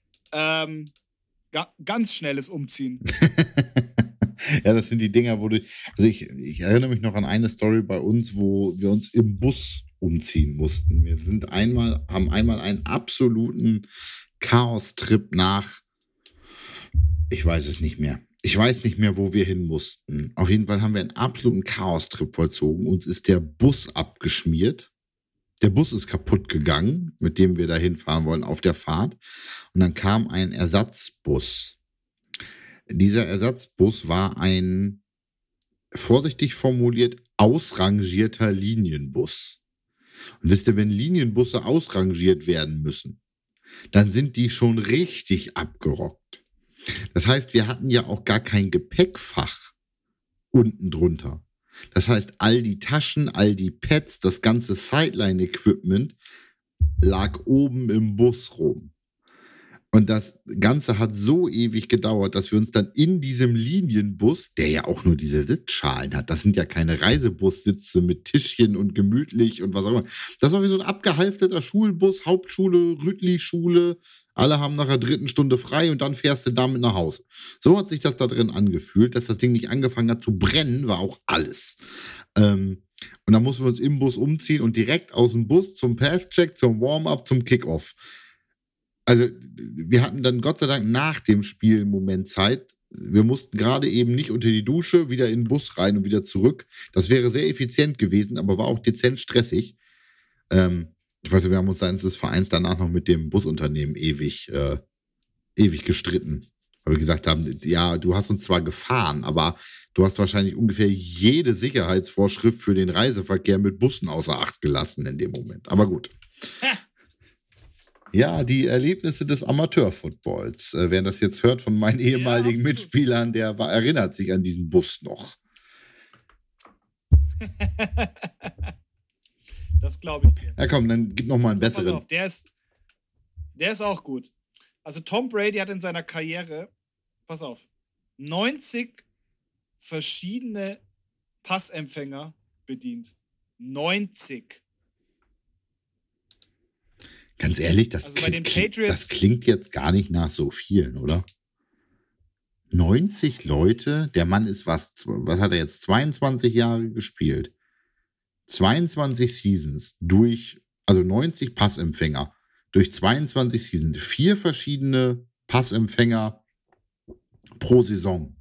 ganz schnelles Umziehen. Ja, das sind die Dinger, wo also ich erinnere mich noch an eine Story bei uns, wo wir uns im Bus umziehen mussten. Wir haben einmal einen absoluten Chaos-Trip nach, ich weiß es nicht mehr. Ich weiß nicht mehr, wo wir hin mussten. Auf jeden Fall haben wir einen absoluten Chaos-Trip vollzogen. Uns ist der Bus abgeschmiert. Der Bus ist kaputt gegangen, mit dem wir da hinfahren wollen auf der Fahrt. Und dann kam ein Ersatzbus. Dieser Ersatzbus war ein, vorsichtig formuliert, ausrangierter Linienbus. Und wisst ihr, wenn Linienbusse ausrangiert werden müssen, dann sind die schon richtig abgerockt. Das heißt, wir hatten ja auch gar kein Gepäckfach unten drunter. Das heißt, all die Taschen, all die Pads, das ganze Sideline-Equipment lag oben im Bus rum. Und das Ganze hat so ewig gedauert, dass wir uns dann in diesem Linienbus, der ja auch nur diese Sitzschalen hat, das sind ja keine Reisebussitze mit Tischchen und gemütlich und was auch immer. Das war wie so ein abgehalfterter Schulbus, Hauptschule, Rüttli-Schule. Alle haben nach der 3. Stunde frei und dann fährst du damit nach Hause. So hat sich das da drin angefühlt. Dass das Ding nicht angefangen hat zu brennen, war auch alles. Und dann mussten wir uns im Bus umziehen und direkt aus dem Bus zum Pass-Check, zum Warm-up, zum Kick-Off. Also wir hatten dann Gott sei Dank nach dem Spiel einen Moment Zeit. Wir mussten gerade eben nicht unter die Dusche, wieder in den Bus rein und wieder zurück. Das wäre sehr effizient gewesen, aber war auch dezent stressig. Ich weiß nicht, wir haben uns seitens des Vereins danach noch mit dem Busunternehmen ewig gestritten. Weil wir gesagt haben, ja, du hast uns zwar gefahren, aber du hast wahrscheinlich ungefähr jede Sicherheitsvorschrift für den Reiseverkehr mit Bussen außer Acht gelassen in dem Moment. Aber gut. Ja, die Erlebnisse des Amateurfootballs. Wer das jetzt hört von meinen ehemaligen Mitspielern, der erinnert sich an diesen Bus noch. Das glaube ich dir. Ja komm, dann gib noch mal einen besseren. Pass auf, der ist auch gut. Also Tom Brady hat in seiner Karriere, pass auf, 90 verschiedene Passempfänger bedient. 90. Ganz ehrlich, das klingt jetzt gar nicht nach so vielen, oder? 90 Leute, der Mann ist was hat er jetzt, 22 Jahre gespielt. 22 Seasons also 90 Passempfänger durch 22 Seasons. 4 verschiedene Passempfänger pro Saison.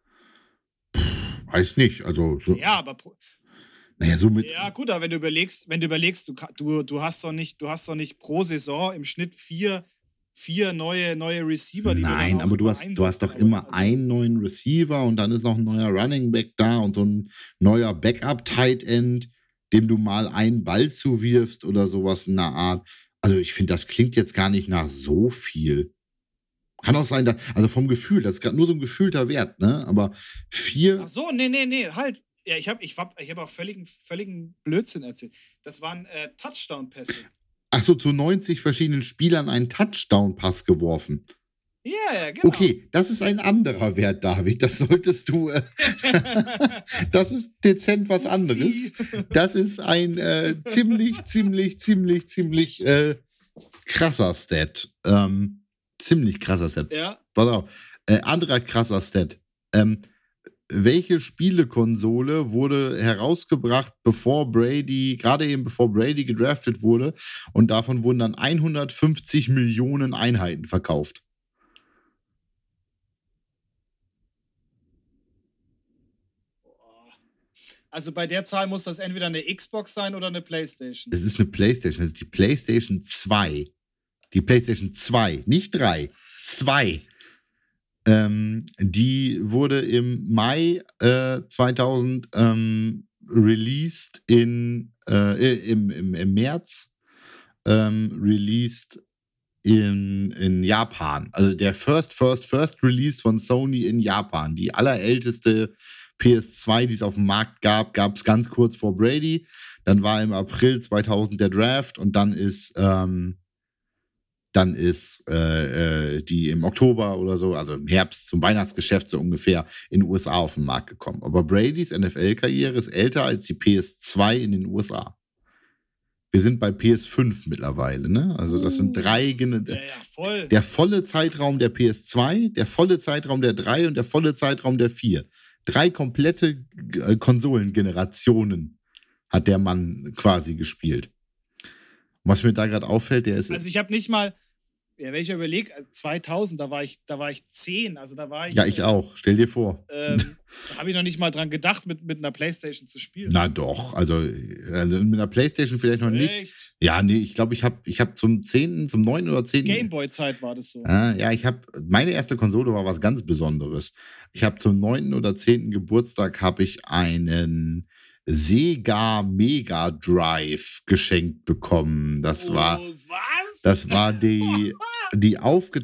Weiß nicht, also so. Ja, aber ja, gut, aber wenn du überlegst, du hast doch nicht pro Saison im Schnitt 4 neue Receiver, die Nein, aber du hast doch immer einen neuen Receiver und dann ist noch ein neuer Running Back da und so ein neuer Backup-Tight End, dem du mal einen Ball zuwirfst oder sowas in der Art. Also ich finde, das klingt jetzt gar nicht nach so viel. Kann auch sein, also vom Gefühl, das ist gerade nur so ein gefühlter Wert, ne? Aber 4. Ach so, nee, halt. Ja, ich hab auch völligen Blödsinn erzählt. Das waren Touchdown-Pässe. Ach so, zu 90 verschiedenen Spielern einen Touchdown-Pass geworfen. Ja, genau. Okay, das ist ein anderer Wert, David. Das solltest du. Das ist dezent was anderes. Das ist ein ziemlich krasser Stat. Ziemlich krasser Stat. Ja. Pass auf. Anderer krasser Stat. Welche Spielekonsole wurde herausgebracht, gerade eben bevor Brady gedraftet wurde, und davon wurden dann 150 Millionen Einheiten verkauft? Also bei der Zahl muss das entweder eine Xbox sein oder eine PlayStation. Es ist eine PlayStation, das ist die PlayStation 2. Die PlayStation 2, nicht 3, 2. Die wurde im Mai 2000 released im März released in Japan. Also der First Release von Sony in Japan. Die allerälteste PS2, die es auf dem Markt gab es ganz kurz vor Brady. Dann war im April 2000 der Draft und dann ist die im Oktober oder so, also im Herbst zum Weihnachtsgeschäft so ungefähr in den USA auf den Markt gekommen. Aber Bradys NFL-Karriere ist älter als die PS2 in den USA. Wir sind bei PS5 mittlerweile, ne? Also das sind drei, voll. Der volle Zeitraum der PS2, der volle Zeitraum der 3 und der volle Zeitraum der 4. 3 komplette Konsolengenerationen hat der Mann quasi gespielt. Und was mir da gerade auffällt, der ist... Also ich habe nicht mal... Ja, wenn ich überlege, 2000, da war ich 10, also da war ich... Ja, ich auch, stell dir vor. Da habe ich noch nicht mal dran gedacht, mit einer Playstation zu spielen. Na doch, also mit einer Playstation vielleicht noch nicht. Echt? Ja, nee, ich glaube, ich hab zum 9. oder 10. Gameboy-Zeit war das so. Ja, meine erste Konsole war was ganz Besonderes. Ich habe zum 9. oder 10. Geburtstag habe ich einen Sega Mega Drive geschenkt bekommen. Das war die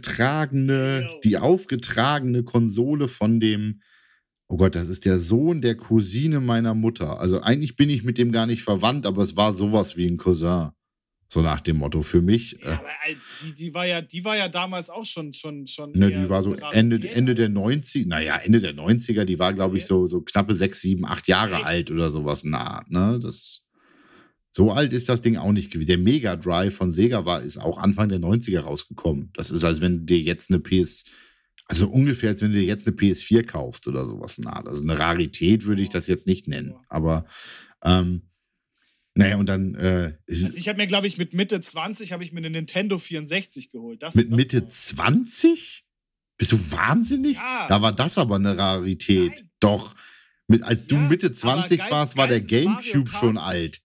aufgetragene Konsole von dem, oh Gott, das ist der Sohn der Cousine meiner Mutter. Also eigentlich bin ich mit dem gar nicht verwandt, aber es war sowas wie ein Cousin. So nach dem Motto für mich. Ja, aber die war ja damals auch schon. Ne, die war so Ende der 90er, Ende der 90er, die war, glaube ich, so knappe 6, 7, 8 Jahre alt oder sowas nah. Ne? So alt ist das Ding auch nicht gewesen. Der Mega Drive von Sega ist auch Anfang der 90er rausgekommen. Das ist, als wenn du dir jetzt also ungefähr, als wenn du dir jetzt eine PS4 kaufst oder sowas nah. Also eine Rarität würde ich das jetzt nicht nennen. Aber naja, und dann... also ich habe mir, glaube ich, mit Mitte 20 habe ich mir eine Nintendo 64 geholt. Mit Mitte 20? Bist du wahnsinnig? Ja. Da war das aber eine Rarität. Nein. Doch. Als du Mitte 20 warst, war der GameCube schon alt.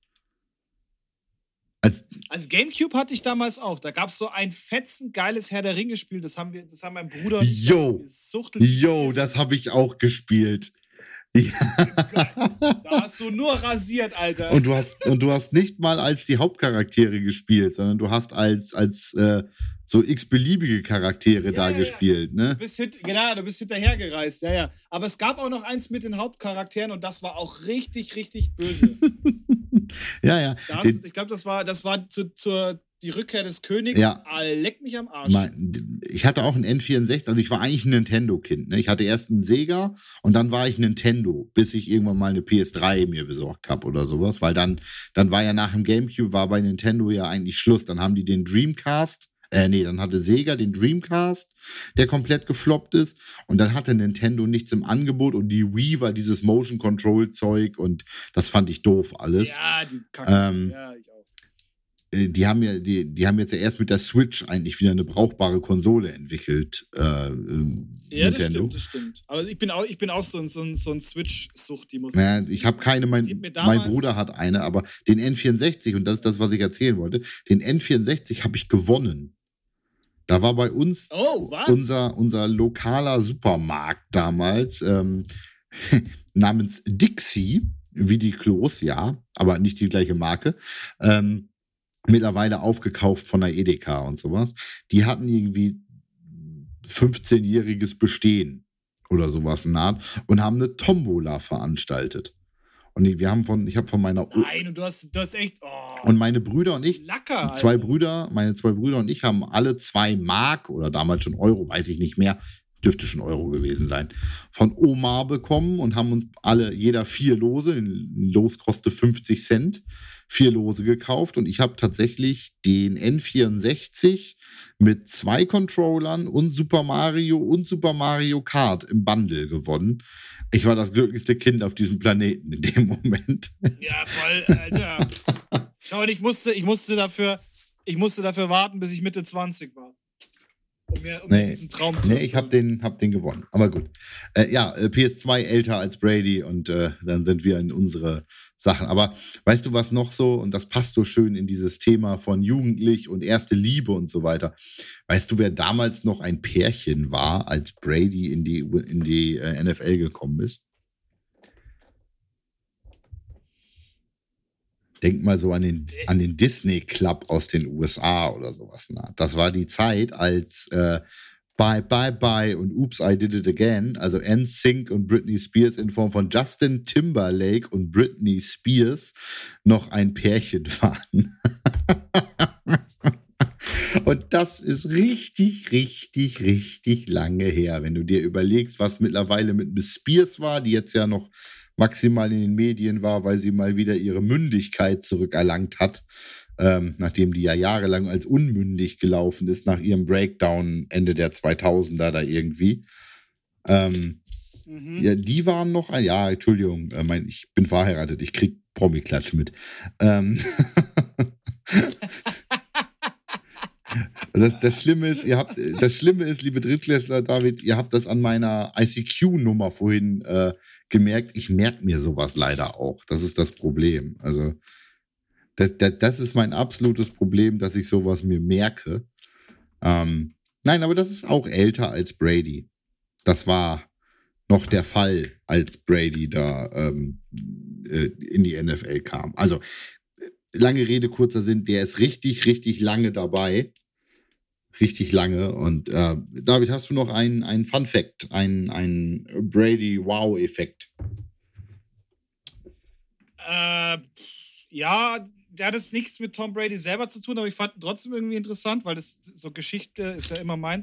Also GameCube hatte ich damals auch. Da gab es so ein fetzengeiles Herr der Ringe-Spiel. Das haben mein Bruder und ich gesuchtet. Das habe ich auch gespielt. Ja. Da hast du nur rasiert, Alter. Und du hast nicht mal als die Hauptcharaktere gespielt, sondern du hast als so x-beliebige Charaktere da gespielt, ne? Du bist hinterhergereist, ja. Aber es gab auch noch eins mit den Hauptcharakteren und das war auch richtig, richtig böse. Ja. Ich glaube, das war die Rückkehr des Königs. Ja. Leck mich am Arsch. Ich hatte auch einen N64, also ich war eigentlich ein Nintendo-Kind. Ne? Ich hatte erst einen Sega und dann war ich Nintendo, bis ich irgendwann mal eine PS3 mir besorgt habe oder sowas, weil dann war ja nach dem GameCube, war bei Nintendo ja eigentlich Schluss. Dann haben die den Dreamcast, dann hatte Sega den Dreamcast, der komplett gefloppt ist, und dann hatte Nintendo nichts im Angebot und die Wii war dieses Motion-Control-Zeug und das fand ich doof alles. Ja, die Kacke. Ja, ich auch. Die haben jetzt ja erst mit der Switch eigentlich wieder eine brauchbare Konsole entwickelt. Ja, Nintendo. Das stimmt. Aber ich bin auch so ein Switch-Sucht, die muss ich. Ja, ich habe keine, mein Bruder hat eine, aber den N64, und das ist das, was ich erzählen wollte, den N64 habe ich gewonnen. Da war bei uns unser lokaler Supermarkt damals namens Dixie, wie die Klos, ja, aber nicht die gleiche Marke. Mittlerweile aufgekauft von der Edeka und sowas. Die hatten irgendwie 15-jähriges Bestehen oder sowas in der Art und haben eine Tombola veranstaltet. Und ich habe von meiner Nein, und du hast echt, und meine Brüder und ich, Lacker, meine zwei Brüder und ich haben alle 2 Mark oder damals schon Euro, weiß ich nicht mehr, dürfte schon Euro gewesen sein, von Omar bekommen und haben uns jeder 4 Lose, ein Los kostet 50 Cent, 4 Lose gekauft und ich habe tatsächlich den N64 mit 2 Controllern und Super Mario Kart im Bundle gewonnen. Ich war das glücklichste Kind auf diesem Planeten in dem Moment. Ja, voll, Alter. Schau, ich musste dafür warten, bis ich Mitte 20 war. Um mir diesen Traum zu erfüllen. Ich hab den gewonnen. Aber gut. PS2 älter als Brady und dann sind wir in unsere Sachen. Aber weißt du, was noch so, und das passt so schön in dieses Thema von jugendlich und erste Liebe und so weiter. Weißt du, wer damals noch ein Pärchen war, als Brady in die NFL gekommen ist? Denk mal so an den Disney Club aus den USA oder sowas. Na. Das war die Zeit, als Bye Bye Bye und Oops, I Did It Again, also NSYNC und Britney Spears in Form von Justin Timberlake und Britney Spears noch ein Pärchen waren. Und das ist richtig, richtig, richtig lange her. Wenn du dir überlegst, was mittlerweile mit Miss Spears war, die jetzt ja noch maximal in den Medien war, weil sie mal wieder ihre Mündigkeit zurückerlangt hat, nachdem die ja jahrelang als unmündig gelaufen ist, nach ihrem Breakdown Ende der 2000er da irgendwie. Ja, die waren noch, Entschuldigung, ich bin verheiratet, ich krieg Promi-Klatsch mit. Das Schlimme ist, liebe Drittklässler, David, ihr habt das an meiner ICQ-Nummer vorhin gemerkt. Ich merke mir sowas leider auch. Das ist das Problem. Also, das ist mein absolutes Problem, dass ich sowas mir merke. Nein, aber das ist auch älter als Brady. Das war noch der Fall, als Brady da in die NFL kam. Also, lange Rede, kurzer Sinn, der ist richtig, richtig lange dabei. Richtig lange. Und David, hast du noch einen Fun-Fact, einen Brady-Wow-Effekt? Ja, der hat jetzt nichts mit Tom Brady selber zu tun, aber ich fand ihn trotzdem irgendwie interessant, weil das so Geschichte ist ja immer meins.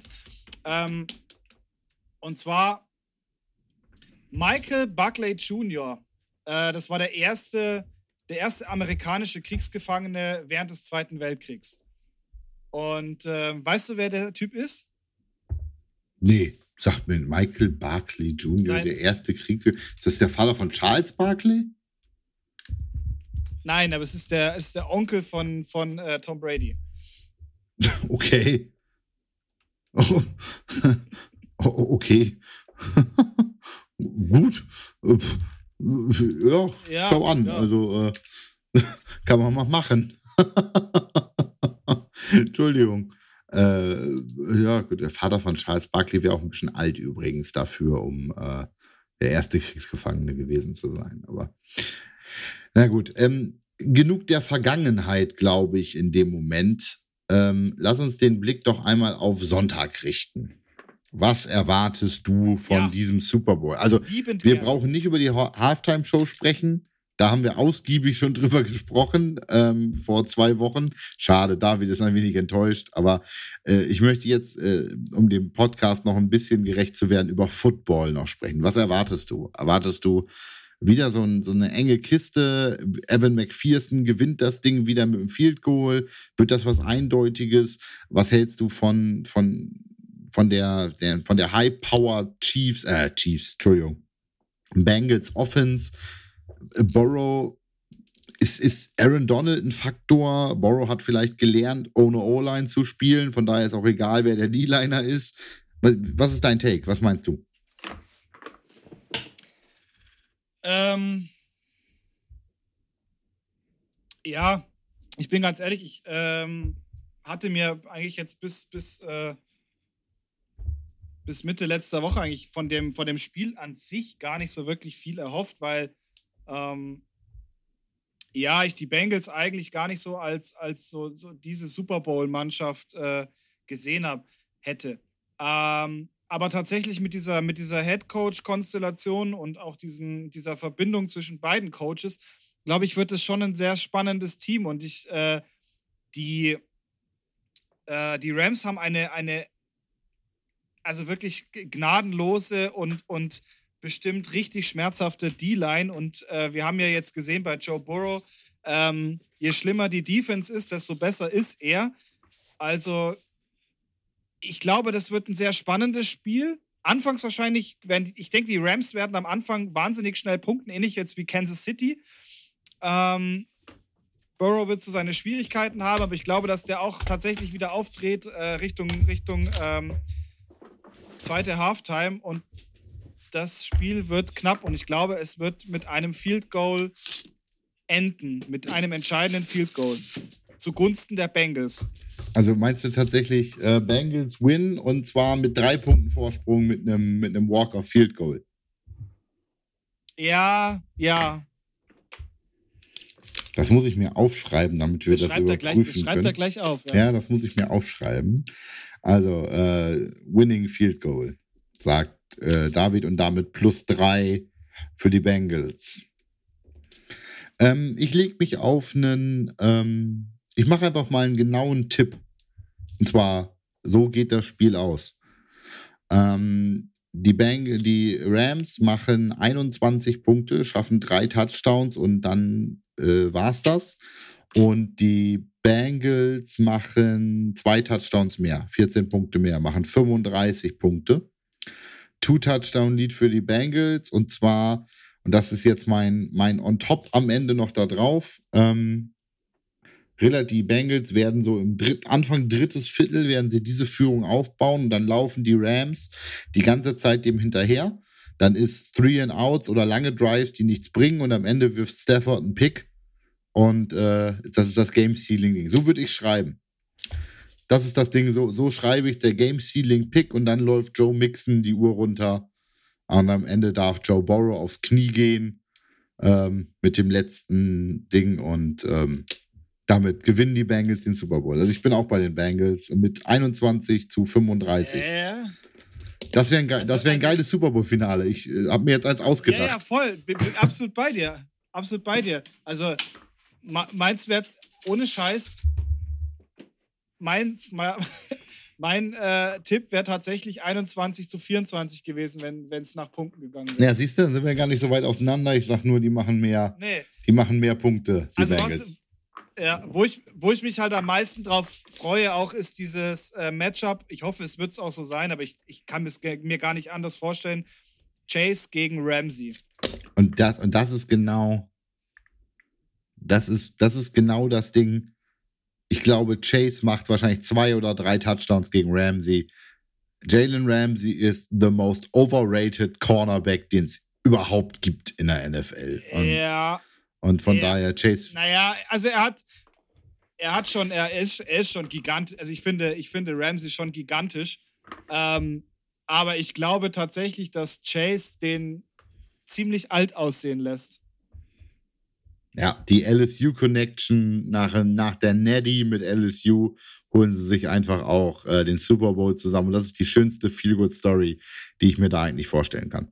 Und zwar Michael Buckley Jr., das war der erste amerikanische Kriegsgefangene während des Zweiten Weltkriegs. Und weißt du, wer der Typ ist? Nee, sagt mir Michael Barkley Jr., der erste Kriegsgefangene. Ist das der Vater von Charles Barkley? Nein, aber es ist der Onkel von Tom Brady. Okay. Oh. Okay. Gut. Ja, schau an. Ja. Also kann man mal machen. Entschuldigung. Ja, gut, der Vater von Charles Barkley wäre auch ein bisschen alt übrigens dafür, um der erste Kriegsgefangene gewesen zu sein. Aber na gut, genug der Vergangenheit, glaube ich, in dem Moment. Lass uns den Blick doch einmal auf Sonntag richten. Was erwartest du von diesem Super Bowl? Also, wir brauchen nicht über die Halftime-Show sprechen. Da haben wir ausgiebig schon drüber gesprochen, vor 2 Wochen. Schade, David ist ein wenig enttäuscht. Aber ich möchte jetzt, um dem Podcast noch ein bisschen gerecht zu werden, über Football noch sprechen. Was erwartest du? Erwartest du wieder so eine enge Kiste? Evan McPherson gewinnt das Ding wieder mit dem Field Goal? Wird das was Eindeutiges? Was hältst du von der High-Power Bengals Offense? Burrow, ist Aaron Donald ein Faktor? Burrow hat vielleicht gelernt, ohne O-Line zu spielen, von daher ist auch egal, wer der D-Liner ist. Was ist dein Take? Was meinst du? Ja, ich bin ganz ehrlich, ich hatte mir eigentlich jetzt bis Mitte letzter Woche eigentlich von dem Spiel an sich gar nicht so wirklich viel erhofft, weil ich die Bengals eigentlich gar nicht so als so diese Super Bowl-Mannschaft gesehen hätte. aber tatsächlich mit dieser Head-Coach-Konstellation und auch dieser Verbindung zwischen beiden Coaches, glaube ich, wird es schon ein sehr spannendes Team. Und die Rams haben eine also wirklich gnadenlose und bestimmt richtig schmerzhafte D-Line. Und wir haben ja jetzt gesehen bei Joe Burrow, je schlimmer die Defense ist, desto besser ist er. Also ich glaube, das wird ein sehr spannendes Spiel. Anfangs wahrscheinlich, ich denke, die Rams werden am Anfang wahnsinnig schnell punkten, ähnlich jetzt wie Kansas City. Burrow wird so seine Schwierigkeiten haben, aber ich glaube, dass der auch tatsächlich wieder auftritt Richtung zweite Halftime und das Spiel wird knapp und ich glaube, es wird mit einem Field Goal enden, mit einem entscheidenden Field Goal zugunsten der Bengals. Also meinst du tatsächlich Bengals win und zwar mit 3 Punkten Vorsprung mit einem Walk-off-Field-Goal? Ja. Das muss ich mir aufschreiben, damit wir das überprüfen können. Schreibt er gleich auf. Ja, das muss ich mir aufschreiben. Also Winning Field Goal, sagt David und damit +3 für die Bengals. Ich lege mich auf ich mache einfach mal einen genauen Tipp. Und zwar, so geht das Spiel aus. Die Rams machen 21 Punkte, schaffen 3 Touchdowns und dann war's das. Und die Bengals machen 2 Touchdowns mehr, 14 Punkte mehr, machen 35 Punkte. 2-Touchdown-Lead für die Bengals und zwar, und das ist jetzt mein On-Top am Ende noch da drauf, die Bengals werden so im Anfang drittes Viertel werden sie diese Führung aufbauen und dann laufen die Rams die ganze Zeit dem hinterher. Dann ist 3-and-Outs oder lange Drives, die nichts bringen und am Ende wirft Stafford einen Pick und das ist das Game-Sealing-Ding. So würde ich schreiben. Das ist das Ding, so schreibe ich, der Game-Sealing-Pick und dann läuft Joe Mixon die Uhr runter und am Ende darf Joe Burrow aufs Knie gehen mit dem letzten Ding und damit gewinnen die Bengals den Super Bowl. Also ich bin auch bei den Bengals mit 21-35. Das wäre ein geiles Super Bowl-Finale. Ich habe mir jetzt eins ausgedacht. Ja, voll. Bin absolut bei dir. Absolut bei dir. Also meins wird ohne Scheiß. Mein Tipp wäre tatsächlich 21-24 gewesen, wenn es nach Punkten gegangen wäre. Ja, siehst du, dann sind wir gar nicht so weit auseinander. Ich sag nur, die machen mehr Punkte, die Bengals. Wo ich mich halt am meisten drauf freue, auch ist dieses Matchup. Ich hoffe, es wird es auch so sein, aber ich kann es mir gar nicht anders vorstellen. Chase gegen Ramsey. Und das ist genau das Ding. Ich glaube, Chase macht wahrscheinlich 2 oder 3 Touchdowns gegen Ramsey. Jalen Ramsey ist the most overrated Cornerback, den es überhaupt gibt in der NFL. Und von daher, Chase. Naja, also er ist schon gigantisch. Also ich finde Ramsey schon gigantisch. Aber ich glaube tatsächlich, dass Chase den ziemlich alt aussehen lässt. Ja, die LSU-Connection nach der Natty mit LSU holen sie sich einfach auch den Super Bowl zusammen. Und das ist die schönste Feel-Good-Story, die ich mir da eigentlich vorstellen kann.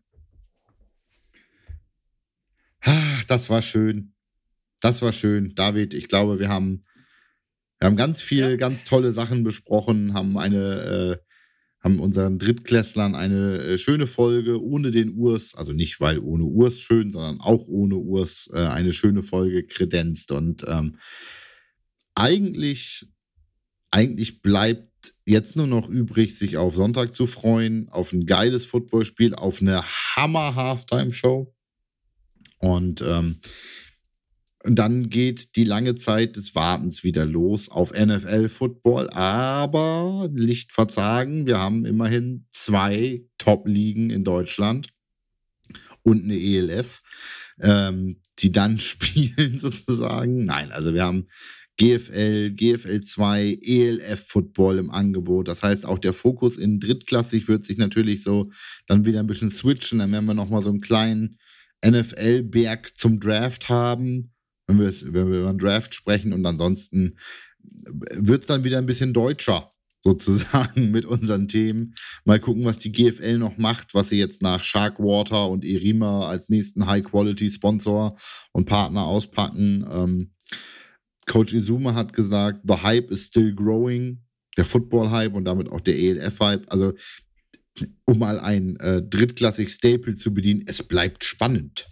Das war schön. David, ich glaube, wir haben ganz viel, ganz tolle Sachen besprochen, haben unseren Drittklässlern eine schöne Folge ohne den Urs, also nicht weil ohne Urs schön, sondern auch ohne Urs eine schöne Folge kredenzt. Und eigentlich bleibt jetzt nur noch übrig, sich auf Sonntag zu freuen, auf ein geiles Footballspiel, auf eine Hammer-Halftime-Show. Und dann geht die lange Zeit des Wartens wieder los auf NFL-Football. Aber nicht verzagen, wir haben immerhin 2 Top-Ligen in Deutschland und eine ELF, die dann spielen sozusagen. Nein, also wir haben GFL, GFL 2, ELF-Football im Angebot. Das heißt, auch der Fokus in drittklassig wird sich natürlich so dann wieder ein bisschen switchen. Dann werden wir nochmal so einen kleinen NFL-Berg zum Draft haben, wenn wir über einen Draft sprechen. Und ansonsten wird es dann wieder ein bisschen deutscher sozusagen mit unseren Themen. Mal gucken, was die GFL noch macht, was sie jetzt nach Sharkwater und Erima als nächsten High-Quality-Sponsor und Partner auspacken. Coach Izuma hat gesagt, the hype is still growing, der Football-Hype und damit auch der ELF-Hype. Also, um mal ein drittklassig Staple zu bedienen, es bleibt spannend.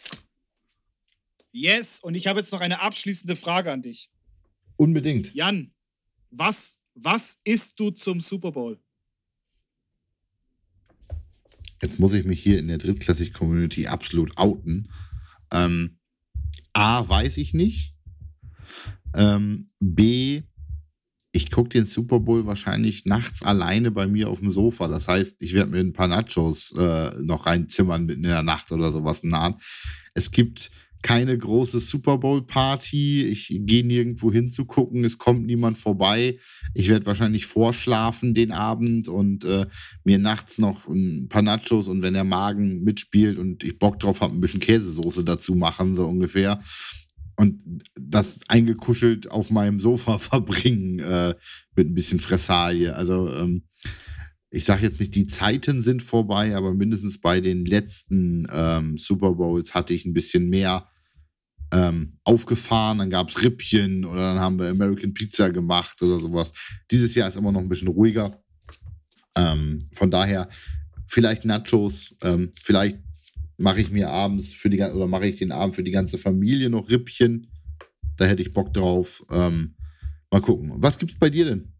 Yes, und ich habe jetzt noch eine abschließende Frage an dich. Unbedingt. Jan, was isst du zum Super Bowl? Jetzt muss ich mich hier in der drittklassig-Community absolut outen. A, weiß ich nicht. B, ich gucke den Super Bowl wahrscheinlich nachts alleine bei mir auf dem Sofa. Das heißt, ich werde mir ein paar Nachos noch reinzimmern mitten in der Nacht oder sowas in der Art. Es gibt keine große Super Bowl-Party. Ich gehe nirgendwo hinzugucken. Es kommt niemand vorbei. Ich werde wahrscheinlich vorschlafen den Abend und mir nachts noch ein paar Nachos und wenn der Magen mitspielt und ich Bock drauf habe, ein bisschen Käsesoße dazu machen, so ungefähr. Und das eingekuschelt auf meinem Sofa verbringen mit ein bisschen Fressalie. Also ich sage jetzt nicht, die Zeiten sind vorbei, aber mindestens bei den letzten Super Bowls hatte ich ein bisschen mehr aufgefahren. Dann gab es Rippchen oder dann haben wir American Pizza gemacht oder sowas. Dieses Jahr ist immer noch ein bisschen ruhiger. Von daher vielleicht Nachos, vielleicht mache ich mir abends mache ich den Abend für die ganze Familie noch Rippchen. Da hätte ich Bock drauf. Mal gucken. Was gibt's bei dir denn?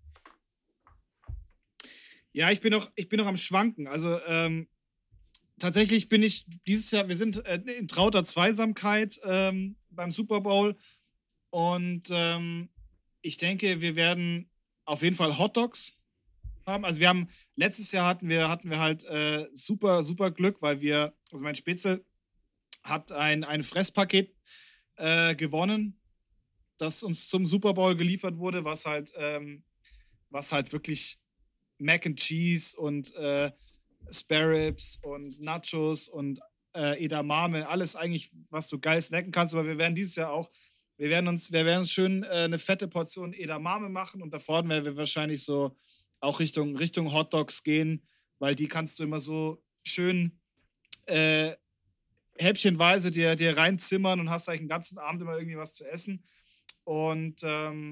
Ja, ich bin noch am Schwanken. Also tatsächlich bin ich dieses Jahr, wir sind in trauter Zweisamkeit beim Super Bowl und ich denke, wir werden auf jeden Fall Hot Dogs haben. Also letztes Jahr hatten wir halt super, super Glück, weil also mein Spätzle hat ein Fresspaket gewonnen, das uns zum Super Bowl geliefert wurde, was halt wirklich Mac and Cheese und Spare Ribs und Nachos und Edamame, alles eigentlich, was du geil snacken kannst. Aber wir werden dieses Jahr auch, wir werden uns schön eine fette Portion Edamame machen und da vorne werden wir wahrscheinlich so auch Richtung Hot Dogs gehen, weil die kannst du immer so schön häppchenweise dir reinzimmern und hast eigentlich den ganzen Abend immer irgendwie was zu essen. Und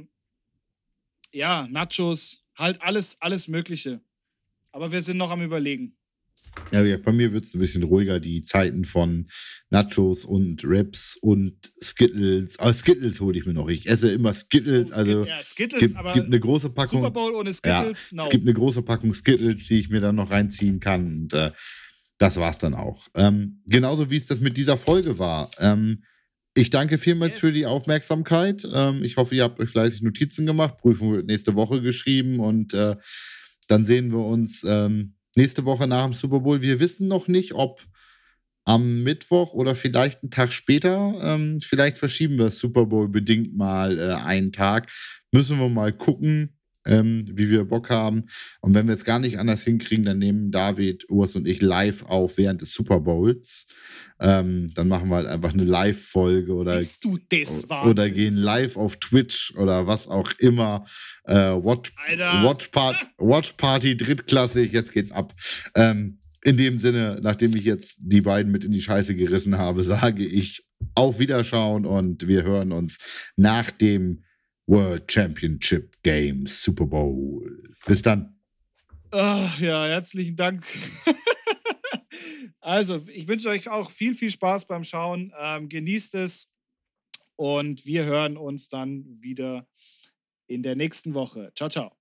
ja, Nachos, halt alles Mögliche. Aber wir sind noch am Überlegen. Ja, bei mir wird es ein bisschen ruhiger, die Zeiten von Nachos und Wraps und Skittles. Aber Skittles hole ich mir noch. Ich esse immer Skittles. Skittles, aber gibt eine große Packung. Super Bowl ohne Skittles, no. Es gibt eine große Packung Skittles, die ich mir dann noch reinziehen kann. Und das war's dann auch. Genauso wie es das mit dieser Folge war. Ich danke vielmals für die Aufmerksamkeit. Ich hoffe, ihr habt euch fleißig Notizen gemacht. Prüfung wird nächste Woche geschrieben und dann sehen wir uns nächste Woche nach dem Super Bowl. Wir wissen noch nicht, ob am Mittwoch oder vielleicht einen Tag später. Vielleicht verschieben wir das Super Bowl bedingt mal einen Tag. Müssen wir mal gucken, wie wir Bock haben. Und wenn wir es gar nicht anders hinkriegen, dann nehmen David, Urs und ich live auf während des Super Bowls. Dann machen wir halt einfach eine Live-Folge oder gehen live auf Twitch oder was auch immer. Watch Party drittklassig, jetzt geht's ab. In dem Sinne, nachdem ich jetzt die beiden mit in die Scheiße gerissen habe, sage ich auf Wiederschauen und wir hören uns nach dem World Championship Games Super Bowl. Bis dann. Ach, ja, herzlichen Dank. Also, ich wünsche euch auch viel, viel Spaß beim Schauen. Genießt es und wir hören uns dann wieder in der nächsten Woche. Ciao, ciao.